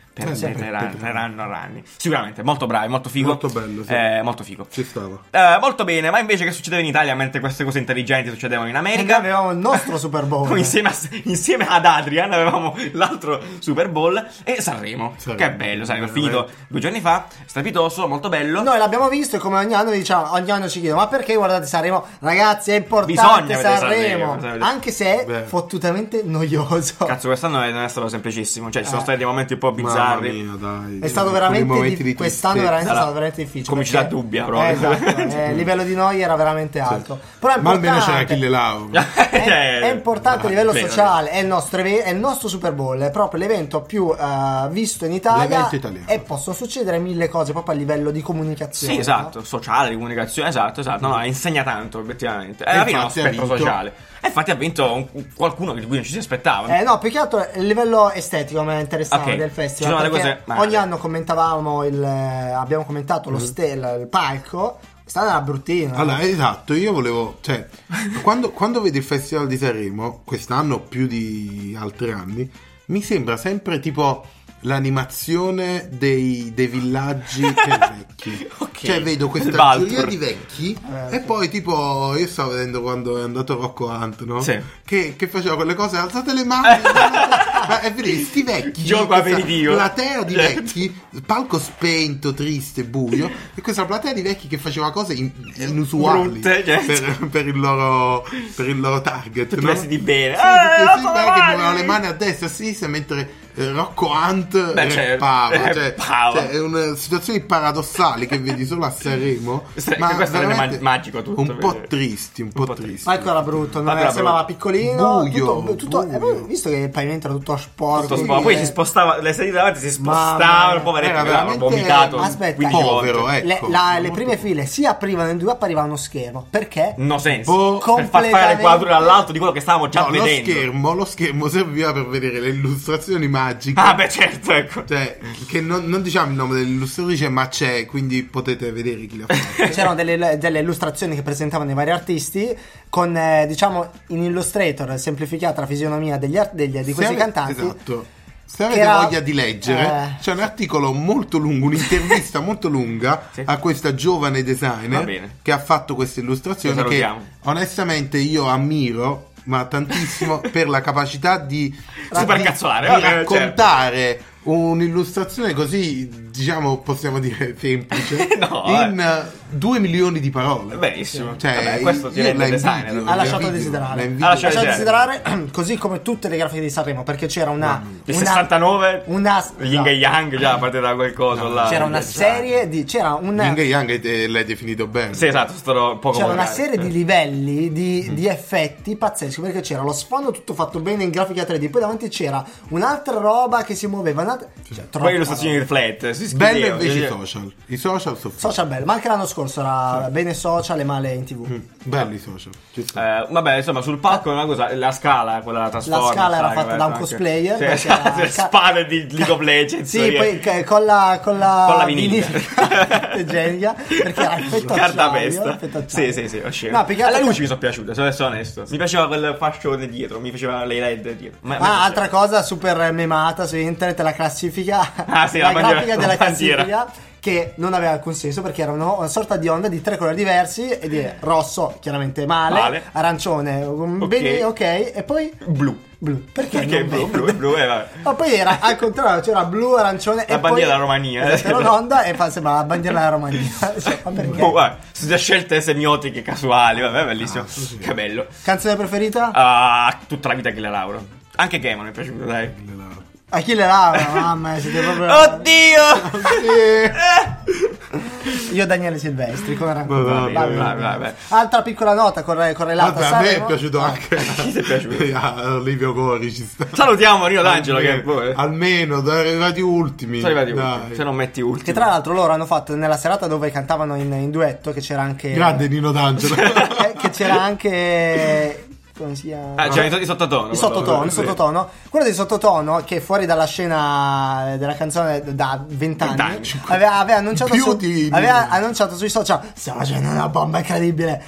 Anni. Sicuramente, molto bravi, molto figo. Molto bello, molto figo. Ci stava. Molto bene, ma invece che succedeva in Italia mentre queste cose intelligenti succedevano in America? Noi avevamo il nostro Super Bowl. insieme ad Adrian avevamo l'altro Super Bowl e Sanremo. Che bello, Sanremo, finito 2 giorni fa, strepitoso, molto bello. Noi l'abbiamo visto e come ogni anno diciamo, ogni anno ci chiedono ma perché guardate Sanremo? Ragazzi, è importante Sanremo, anche se è fottutamente noioso. Cazzo, quest'anno non è stato semplicissimo, cioè ci sono stati dei momenti un po' bizzarri. Mia, dai, è stato veramente quest'anno è stato veramente difficile. Comicità dubbia proprio. Esatto, il livello di noia era veramente alto. Però ma almeno c'era Achille Lauro. È importante a livello sociale, è il nostro Super Bowl, è proprio l'evento più visto in Italia e possono succedere 1000 cose proprio a livello di comunicazione. Sì, esatto, sociale, di comunicazione, esatto. No, insegna tanto obiettivamente. Alla fine è uno spettro sociale. E infatti ha vinto qualcuno di cui non ci si aspettava. No, più che altro il livello estetico mi è interessante del festival. Perché ogni anno commentavamo abbiamo commentato il palco. Era bruttino. Allora, esatto, io volevo, cioè, quando vedi il Festival di Sanremo, quest'anno più di altri anni, mi sembra sempre tipo l'animazione dei villaggi per vecchi. Cioè vedo questa giuria di vecchi e poi tipo io stavo vedendo quando è andato Rocco Hunt, no? Che faceva quelle cose, alzate le mani e vedevi sti vecchi, gioco aperitivo, platea di vecchi, palco spento, triste, buio, e questa platea di vecchi che faceva cose inusuali per il loro target, tutti messi di bene, che muovevano le mani a destra e a sinistra mentre Rocco Hunt rappava. Cioè, è una situazione paradossali che vedi solo a Sanremo, ma questo rende magico tutto, un po' tristi. Palco era brutto, sembrava piccolino, tutto visto che il pavimento era tutto sporco, poi si spostava, le sedie davanti si spostavano, un po' veramente vomitato. Aspetta, povero, ecco. Le prime file si aprivano e in due appariva uno schermo, perché? No senso, per far fare l'inquadratura all'alto di quello che stavamo già vedendo. Lo schermo serviva per vedere le illustrazioni magiche. Ah beh, certo, ecco. Cioè, che non diciamo il nome dell'illustratrice, ma c'è, quindi potete vedere chi l'ha fatto. C'erano delle illustrazioni che presentavano i vari artisti con diciamo in Illustrator semplificata la fisionomia di questi cantanti. Esatto. Se avete voglia di leggere, c'è un articolo molto lungo, un'intervista molto lunga a questa giovane designer che ha fatto queste illustrazioni che onestamente io ammiro tantissimo per la capacità di raccontare un'illustrazione così, diciamo, possiamo dire semplice, in 2 milioni di parole. Benissimo. Cioè, questo ti rende designer. Ha lasciato desiderare, così come tutte le grafiche di Sanremo, perché c'era il 69 Yin e Yang, già a partire da quel coso là. C'era una serie di Yin e Yang l'hai definito bene. Sì, esatto, c'era una serie di livelli di effetti pazzeschi, perché c'era lo sfondo tutto fatto bene in grafica 3D, poi davanti c'era un'altra roba che si muoveva, poi illustrazioni di flat bello invece i social sono bello, ma anche l'anno scorso discorso, era bene social e male in TV. Belli social. Vabbè, insomma, sul palco una cosa, la scala, quella Transformers. La scala era fatta da un cosplayer. Spade di League of Legends. Sì, poi con la vinile. Genia, perché era effetto cartapesta. Sì, ho scelto. No, alle luci mi sono piaciute, se sono onesto. Mi piaceva quel fascio dietro, mi piaceva le LED dietro. Altra cosa super memata su internet, la classifica. La grafica della classifica, che non aveva alcun senso perché era una sorta di onda di 3 colori diversi ed è rosso, chiaramente male. Arancione, bene, ok, e poi blu. Perché blu ma poi era al contrario, c'era blu, arancione la e bandiera della Romania, era un'onda e sembra la bandiera della Romania. Ma perché? Sono scelte semiotiche casuali, vabbè, bellissimo. Che bello. Canzone preferita? Tutta la vita che le Lauro. Anche Game mi è piaciuto, dai. Achille Lauro, mamma, siete proprio... Oddio! Io Daniele Silvestri, come vabbè. Altra piccola nota correlata. A me è piaciuto anche. Chi ti è piaciuto? Olivio Cori ci sta. Salutiamo Nino D'Angelo almeno arrivati ultimi. Se non metti ultimi. Che tra l'altro loro hanno fatto nella serata dove cantavano in duetto, che c'era anche grande Nino D'Angelo. che c'era anche come si chiama? Cioè i sottotono. Il sottotono. Quello di sottotono che fuori dalla scena della canzone da 20 anni aveva annunciato annunciato sui social: stiamo facendo una bomba incredibile.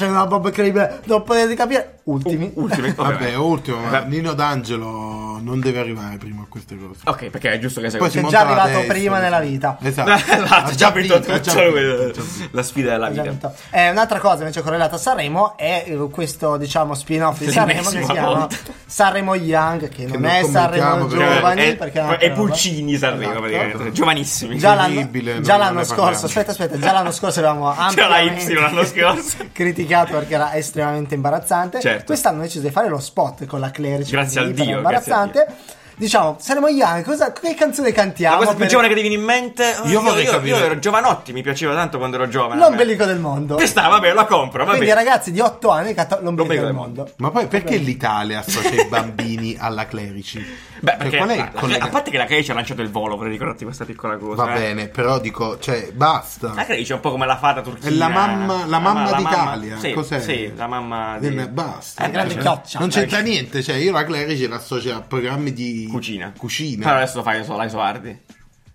Non potete capire. Ultimi. Vabbè, ultimo. Nino D'Angelo non deve arrivare prima a queste cose. Ok, perché è giusto che poi è già arrivato prima nella vita. Esatto. Ha già vinto la sfida della vita. Un'altra cosa invece correlata a Sanremo è questo, diciamo, spin-off di Sanremo che si chiama Sanremo Young, che non è Sanremo giovani, perché è Pulcini Sanremo praticamente, giovanissimi. Già l'anno scorso, aspetta, già l'anno scorso avevamo ampiamente l'anno scorso criticato perché era estremamente imbarazzante. Certo. Quest'anno hanno deciso di fare lo spot con la Clerici, grazie al Dio, imbarazzante. Diciamo, saremo Young, che canzone cantiamo? La cosa più giovane che ti viene in mente? Io ero Giovanotti, mi piaceva tanto quando ero giovane. L'ombelico del mondo. Questa, vabbè, la compro. Quindi ragazzi di 8 anni l'ombelico del mondo. Ma poi perché l'Italia associa i bambini alla Clerici? Beh, perché a parte che la Clerici ha lanciato il volo, vorrei ricordarti questa piccola cosa. Va bene, però dico, cioè, basta. La Clerici è un po' come la fata turchina. È la mamma d'Italia. Sì, cos'è? Sì, la mamma di... Basta. Grande chioccia. Non c'entra niente, cioè io la Clerici l'associo a programmi di cucina. Però adesso lo fai solo ai Soardi.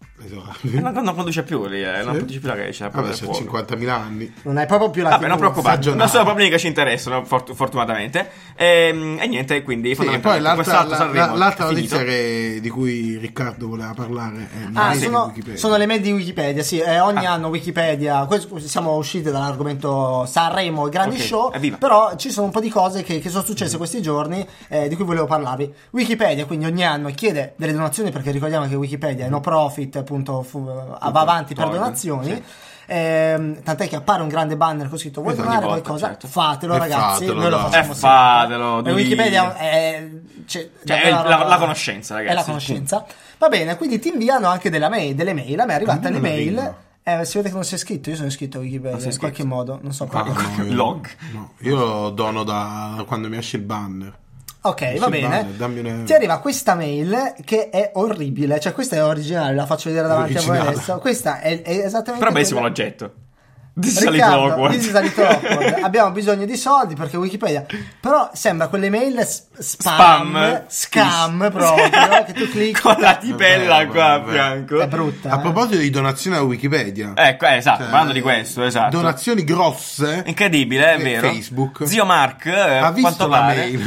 Non conduce più lì, non conduce più la Grecia. Vabbè, c'è 50.000 anni. Non hai proprio più la Vabbè, non preoccupare, non sono problemi che ci interessano, fortunatamente. E niente, quindi e poi l'altra notizia di cui Riccardo voleva parlare è sono le mail di Wikipedia. Sì, ogni anno Wikipedia. Siamo usciti dall'argomento Sanremo e grandi show. Però ci sono un po' di cose che sono successe questi giorni, di cui volevo parlarvi. Wikipedia, quindi ogni anno chiede delle donazioni, perché ricordiamo che Wikipedia è no profit, appunto, va avanti per donazioni. Sì. Tant'è che appare un grande banner con scritto: vuoi donare qualcosa? Certo. Fatelo, ragazzi. Noi lo facciamo sempre. Wikipedia è la conoscenza, ragazzi. È la conoscenza. Va bene, quindi ti inviano anche delle mail. A me è arrivata l'email. Si vede che non sei iscritto. Io sono iscritto a Wikipedia in qualche modo. Non so perché. Log. No, io dono da quando mi esce il banner. Ok, va bene. Ti arriva questa mail che è orribile. Cioè, questa è originale, la faccio vedere davanti a voi adesso. Questa è esattamente. Però bellissimo l'oggetto. This is a little awkward. Abbiamo bisogno di soldi perché Wikipedia. Però sembra quelle mail scam proprio. Che tu clicchi con la tipella qua a fianco. È brutta. A proposito di donazioni a Wikipedia, ecco, esatto. Parlando di questo, esatto. Donazioni grosse. Incredibile, è vero. Facebook. Zio Mark ha visto la mail.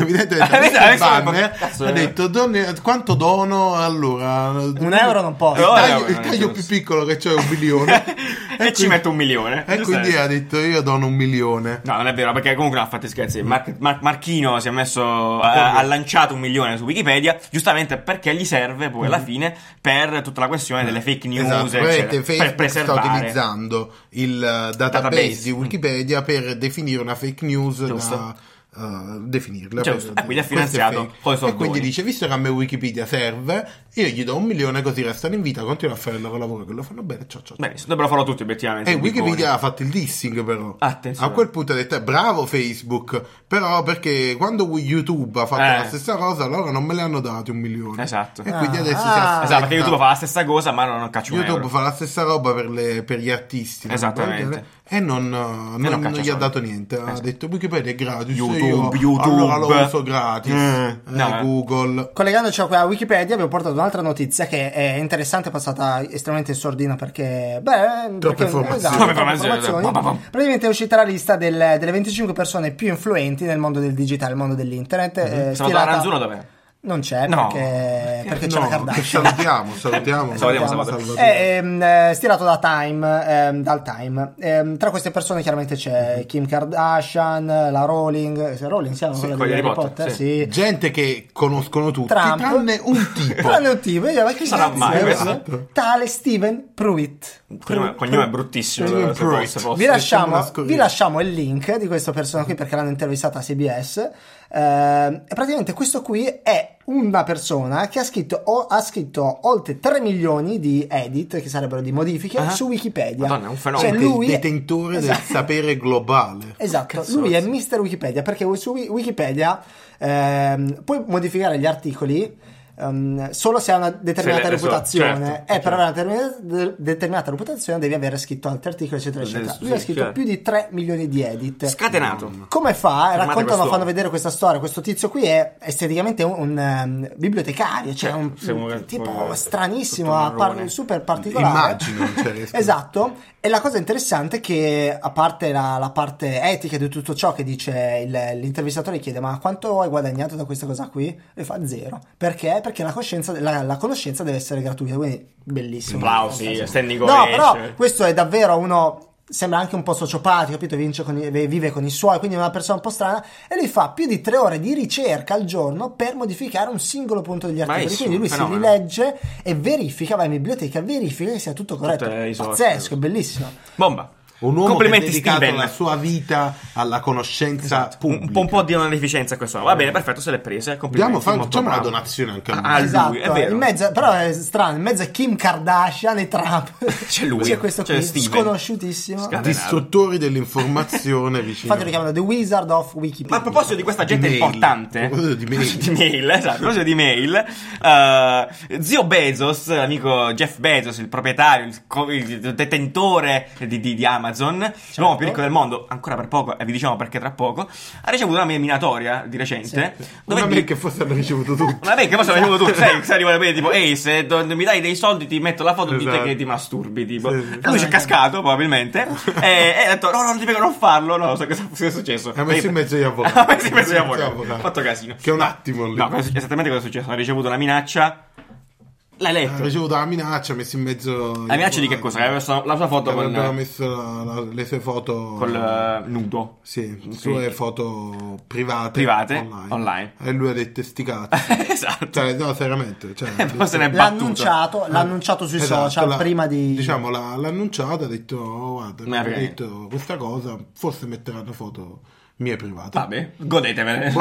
Ha detto: quanto dono? Allora, €1 non posso. Il taglio più piccolo che c'è è 1 milione. E ci metto 1 milione. E quindi ha detto: io dono 1 milione. No, non è vero, perché comunque non ha fatto scherzi. Marchino si è messo ha lanciato 1 milione su Wikipedia, giustamente perché gli serve poi alla fine per tutta la quessione delle fake news, eccetera, Facebook per sta utilizzando il database di Wikipedia per definire una fake news. Giusto. Definirla, quindi ha finanziato e quindi dice: visto che a me Wikipedia serve, io gli do 1 milione così restano in vita, continuano a fare il loro lavoro che lo fanno bene. Beh, dovrebbero farlo tutti obiettivamente. E Wikipedia ha fatto il dissing, però attenzione. A quel punto ha detto: bravo Facebook, però perché quando YouTube ha fatto la stessa cosa loro non me le hanno date 1 milione. Esatto. E quindi adesso esatto, perché YouTube fa la stessa cosa ma non caccio YouTube fa la stessa roba per gli artisti, esattamente. e non gli ha dato niente. Ha detto Wikipedia è gratis, YouTube. Allora lo uso gratis. Google. Collegandoci a Wikipedia abbiamo portato un'altra notizia che è interessante, passata estremamente in sordina perché troppe informazioni. Praticamente è uscita la lista delle 25 persone più influenti nel mondo del digitale, nel mondo dell'internet. Salvatore Aranzuno dov'è? Non c'è, perché c'è la Kardashian. Salutiamo. Stilato dal Time. Tra queste persone chiaramente c'è Kim Kardashian, la Rowling siamo quella di Harry Potter, sì. Gente che conoscono tutti, Trump, tranne un tipo. Ma che sarà mai? Tale Steven Pruitt. Cognome è bruttissimo. Vi lasciamo il link di questa persona qui perché l'hanno intervistata a CBS. E praticamente questo qui è una persona che ha scritto oltre 3 milioni di edit, che sarebbero di modifiche, su Wikipedia. Madonna, è un fenomeno. Cioè lui è detentore del sapere globale. Esatto, lui è Mr. Wikipedia, perché su Wikipedia puoi modificare gli articoli solo se ha una determinata reputazione, e per avere una determinata reputazione devi aver scritto altri articoli eccetera eccetera. Lui ha scritto più di 3 milioni di edit. Scatenato. Come fa? Fanno vedere questa storia. Questo tizio qui è esteticamente un bibliotecario, cioè un tipo stranissimo, super particolare. Immagino. Esatto. E la cosa interessante è che, a parte la parte etica di tutto ciò che dice l'intervistatore, chiede ma quanto hai guadagnato da questa cosa qui? E fa 0. Perché? Perché la conoscenza deve essere gratuita, quindi bellissimo. Applausi, standing ovation. No, però questo è davvero uno... Sembra anche un po' sociopatico, capito? Vive con i suoi, quindi è una persona un po' strana. E lui fa più di 3 ore di ricerca al giorno per modificare un singolo punto degli articoli. Quindi lui si rilegge e verifica, va in biblioteca, verifica che sia tutto corretto. Pazzesco, è bellissimo. Bomba. Un uomo che ha dedicato la sua vita alla conoscenza pubblica. Un po' di onorificenza questo. Va bene, perfetto, se l'è presa. Facciamo una donazione anche a lui. Esatto, lui, è vero. In mezzo, però è strano, in mezzo a Kim Kardashian e Trump c'è lui, c'è questo qui, Steven, sconosciutissimo. Distruttori dell'informazione vicino. Infatti lo chiamano The Wizard of Wikipedia. Ma a proposito di questa gente importante, a proposito di mail, zio Bezos, l'amico Jeff Bezos, il proprietario, il detentore di Amazon, l'uomo più ricco del mondo, ancora per poco, e vi diciamo perché tra poco, ha ricevuto una mail minatoria di recente. Una mail che forse hanno ricevuto tutti. Una mail che forse hanno ricevuto tutti. Sai, arriva la mail tipo, ehi, se mi dai dei soldi ti metto la foto di te che ti masturbi, tipo. Lui ci è cascato, probabilmente, e ha detto, no, ti prego non farlo, no, so cosa è successo. Ha messo in mezzo gli avvocati. Ha fatto casino. Che è un attimo lì. No, esattamente cosa è successo. Ha ricevuto una minaccia. L'hai letto? Ha ricevuto la minaccia, ha messo in mezzo... La minaccia di che cosa? Aveva messo la sua foto con... Aveva messo le sue foto... Col nudo. Sì, sue foto private online. E lui ha detto sti cazzi. Esatto. Cioè, no, seriamente. Poi se ne è battuto. L'ha annunciato sui social prima di... Diciamo, l'ha annunciato, ha detto, guarda, mi ha detto questa cosa, forse metteranno foto... mie private. Vabbè, godetevene.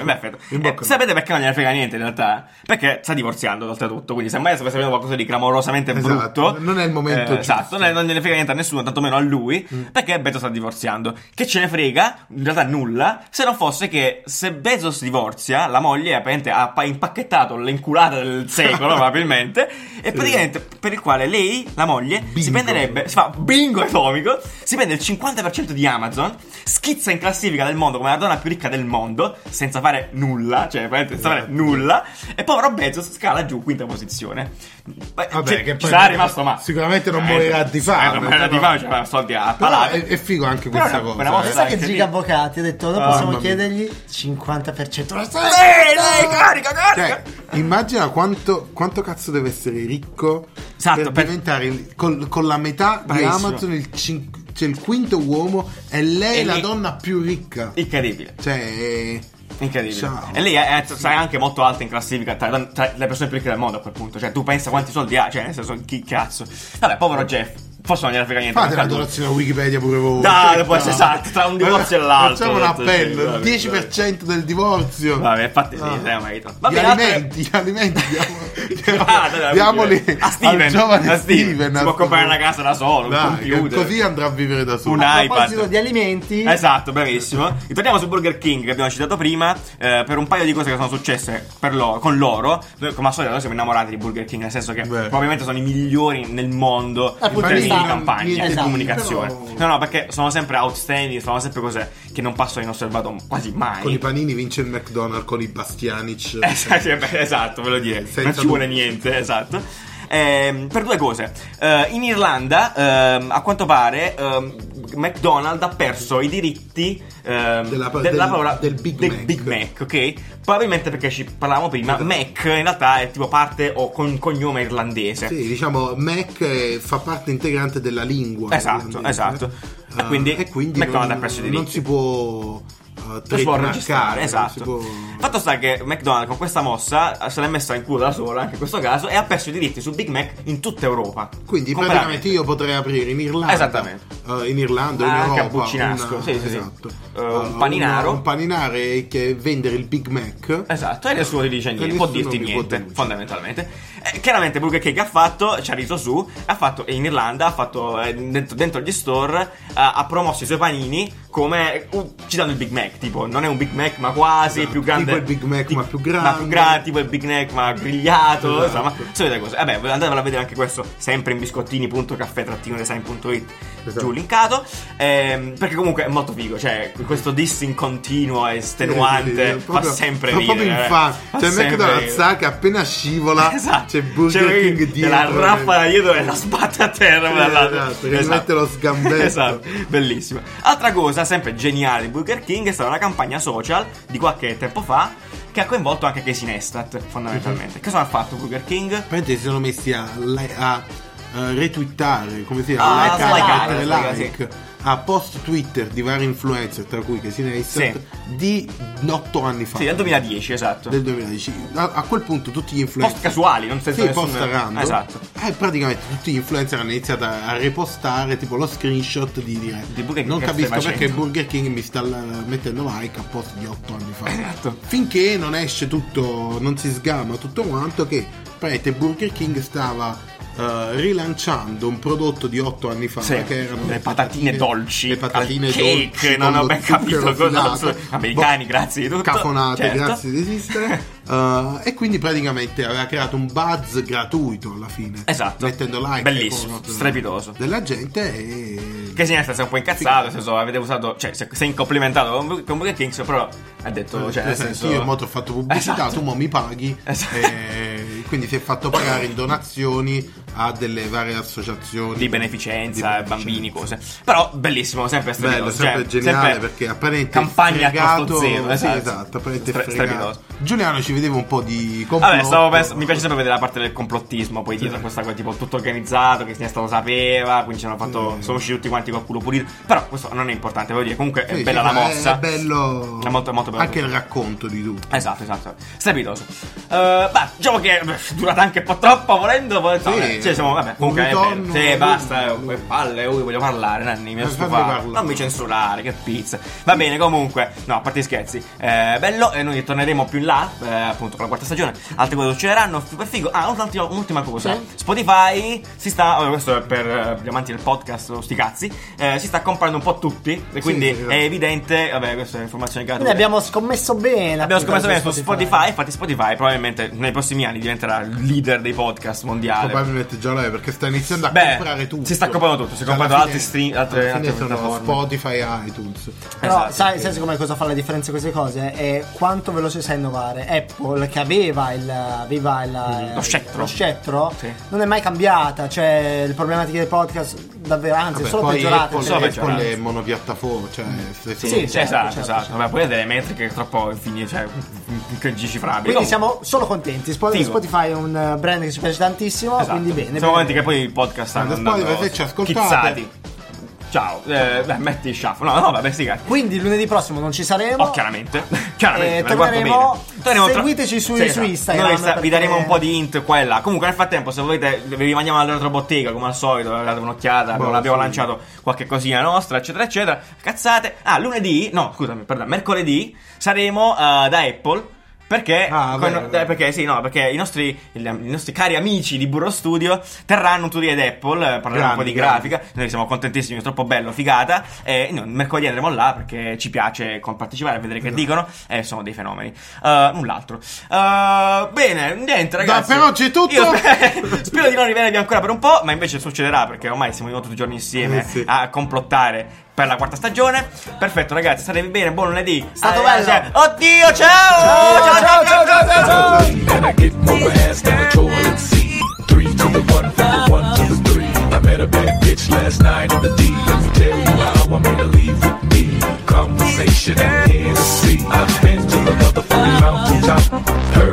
Sapete perché non gliene frega niente in realtà? Perché sta divorziando oltretutto. Quindi se mai stesse sapendo qualcosa di clamorosamente brutto, non è il momento esatto, non gliene frega niente a nessuno, tantomeno a lui, perché Bezos sta divorziando. Che ce ne frega? In realtà nulla. Se non fosse che se Bezos divorzia, la moglie apparentemente ha impacchettato l'inculata del secolo probabilmente, e praticamente per il quale lei, la moglie, si fa bingo atomico, si prende il 50% di Amazon, schizza in classifica del mondo come la donna più ricca del mondo senza fare nulla, cioè senza fare nulla, e povero Bezos scala giù, quinta posizione. Vabbè, che poi sarà rimasto male. Sicuramente non morirà di fame. Non morirà di fame, cioè soldi a palate. È figo anche questa cosa. Sai che Giga Avvocati ha detto noi possiamo chiedergli 50%. Carica. Cioè, immagina quanto cazzo deve essere ricco per diventare con la metà di Amazon c'è il quinto uomo e lei è la donna più ricca. Incredibile. Cioè, incredibile. Ciao. E lei sai anche molto alta in classifica tra le persone più ricche del mondo a quel punto. Cioè tu pensa quanti soldi ha, cioè nel senso chi cazzo. Vabbè, povero Jeff. Forse non gliene frega niente. Fate la donazione a Wikipedia pure voi. Dai, può essere esatto, tra un divorzio e l'altro. Facciamo un appello, il 10% del divorzio. Vabbè, infatti sì, sei merito. Gli alimenti diamoli a Steven. Al giovane Steven. Si può comprare una casa da solo, un computer. Così andrà a vivere da solo. Un iPad. A proposito di alimenti. Esatto, bravissimo. Ritorniamo su Burger King che abbiamo citato prima, per un paio di cose che sono successe con loro. Come al solito noi siamo innamorati di Burger King, nel senso che probabilmente sono i migliori nel mondo. Dal punto di vista campagna, di comunicazione. No, perché sono sempre outstanding, sono sempre cose che non passano inosservato quasi mai. Con i panini vince il McDonald's, con i Bastianic. Esatto, ve lo dire. Non ci vuole niente, esatto. Per due cose. In Irlanda, a quanto pare, McDonald's ha perso i diritti della parola del Big Mac, ok? Probabilmente perché ci parlavamo prima, Mac in realtà è tipo parte o con cognome irlandese. Sì, diciamo Mac fa parte integrante della lingua. Esatto. E quindi McDonald's ha perso i diritti. Non si può si può registrare, esatto. Fatto sta che McDonald's con questa mossa se l'è messa in culo da sola anche in questo caso e ha perso i diritti su Big Mac in tutta Europa. Quindi praticamente io potrei aprire in Irlanda, in Irlanda o in anche Europa a Buccinasco, esatto. Un paninaro che vendere il Big Mac, esatto, e nessuno ti dice niente, può dirti niente fondamentalmente. Chiaramente Burger King ci ha riso su, ha fatto in Irlanda, ha fatto dentro gli store, ha promosso i suoi panini come citando il Big Mac, tipo non è un Big Mac ma quasi, esatto, più grande, tipo il Big Mac ma più grande, tipo il Big Mac ma grigliato, esatto. Insomma, solite cose. Vabbè, andatevela a vedere anche questo sempre in biscottini.caffè-design.it, esatto. Giù linkato, perché comunque è molto figo, cioè questo dissing continuo e estenuante fa sempre ridere, proprio infame. Cioè McDonald's sa che appena scivola, esatto, c'è Burger King dietro, la raffa da dietro e la spatta a terra esatto, che mette lo sgambetto, esatto, bellissimo. Altra cosa sempre geniale di Burger King è stata una campagna social di qualche tempo fa che ha coinvolto anche Casey Neistat fondamentalmente. Che cosa ha fatto Burger King? Praticamente si sono messi a retweetare, come si chiama? Like a post Twitter di vari influencer, tra cui Casey Neistat, di 8 anni fa. Sì, del 2010, esatto. Del 2010. A quel punto tutti gli influencer, post casuali, non senza post random, esatto. Praticamente tutti gli influencer hanno iniziato a repostare tipo lo screenshot di dire non capisco perché Burger King mi sta mettendo like a post di 8 anni fa. Esatto. Finché non esce tutto, non si sgama tutto quanto, che praticamente Burger King stava rilanciando un prodotto di 8 anni fa, che erano le patatine dolci, le patatine cake, dolci, non ho ben capito cosa. Americani, grazie di tutto, cafonate, certo. Grazie di esistere. E quindi praticamente aveva creato un buzz gratuito alla fine, esatto, mettendo like, bellissimo, strepitoso della gente, e che si è un po' incazzato, nel senso, avete usato, cioè si è incomplimentato con Burger King, però ha detto, cioè, nel senso, io mo ti ho fatto pubblicità, esatto. Tu mo mi paghi, esatto. Quindi si è fatto pagare in donazioni a delle varie associazioni di beneficenza, bambini, cose. Però bellissimo, sempre strepitoso. Bello, sempre geniale, sempre perché apparentemente campagna a costo zero, esatto. Sì, esatto, apparentemente strepitoso. Giuliano ci vedeva un po' di complotto. Vabbè, mi piace sempre vedere la parte del complottismo poi dietro questa cosa, tipo tutto organizzato, che Siniestra lo sapeva, quindi ci hanno fatto, sono usciti tutti quanti col culo pulito. Però questo non è importante, voglio dire, comunque è bella la mossa. È bello, è molto bello. Anche il racconto di tutto. Esatto, strepitoso. Diciamo che è durata anche un po' troppo, volendo, comunque basta, palle, voglio parlare, Nanni, mi ho stufato. Non mi censurare, che pizza. Va bene, comunque, no, a parte gli scherzi, bello, e noi torneremo più in là, appunto con la quarta stagione. Altre cose succederanno, super figo. Un'ultima cosa, sì. Spotify si sta, questo è per gli amanti del podcast, sti cazzi, si sta comprando un po' tutti, e quindi è evidente, questa è informazione gratuita. Noi abbiamo scommesso bene su Spotify. Infatti Spotify probabilmente nei prossimi anni diventerà il leader dei podcast mondiali. Probabilmente già lo è, perché sta iniziando a comprare tutto. Si sta comprando tutto, si è comprato altri stream, altre Spotify, iTunes. Però sai come cosa fa la differenza queste cose? È quanto veloce sa innovare. Apple, che aveva lo scettro, sì. Non è mai cambiata. Cioè, le problematiche del podcast davvero, anzi, solo peggiorate. Apple è monopiattaforma, cioè esatto. Vabbè, poi ha delle metriche troppo incifrabili. Quindi siamo solo contenti. Spotify è un brand che ci piace tantissimo, esatto. Quindi bene. Siamo convinti che poi il podcast stanno andando se ci ascoltate chizzati. Ciao, metti il shuffle. No, vabbè, sì, cazzo. Quindi lunedì prossimo non ci saremo. Chiaramente. Torneremo. Seguiteci su Instagram. Vi daremo un po' di hint qua e là. Comunque, nel frattempo, se volete, vi rimaniamo alla nostra bottega, come al solito. Date un'occhiata. Abbiamo lanciato qualche cosina nostra, eccetera, eccetera. Cazzate. Mercoledì saremo da Apple Perché, perché i nostri cari amici di Burro Studio terranno un tutorial di Apple, parleremo un po' di grafica. Noi siamo contentissimi, è troppo bello, figata. E mercoledì andremo là perché ci piace partecipare a vedere che dicono. E sono dei fenomeni. Null'altro. Bene, niente, ragazzi. Per oggi è tutto. Io spero di non rivelervi ancora per un po', ma invece succederà perché ormai siamo tutti i giorni insieme a complottare per la 4ª stagione. Perfetto, ragazzi, statevi bene, buon lunedì. Stato bello. Oddio, ciao. Ciao. And I get more ass than a toilet seat. 3 to the 1, from the 1 to the 3. I met a bad bitch last night in the D. Let me tell you how I made her leave with me. Conversation and Hennessy. I've been to the motherfucking mountaintop.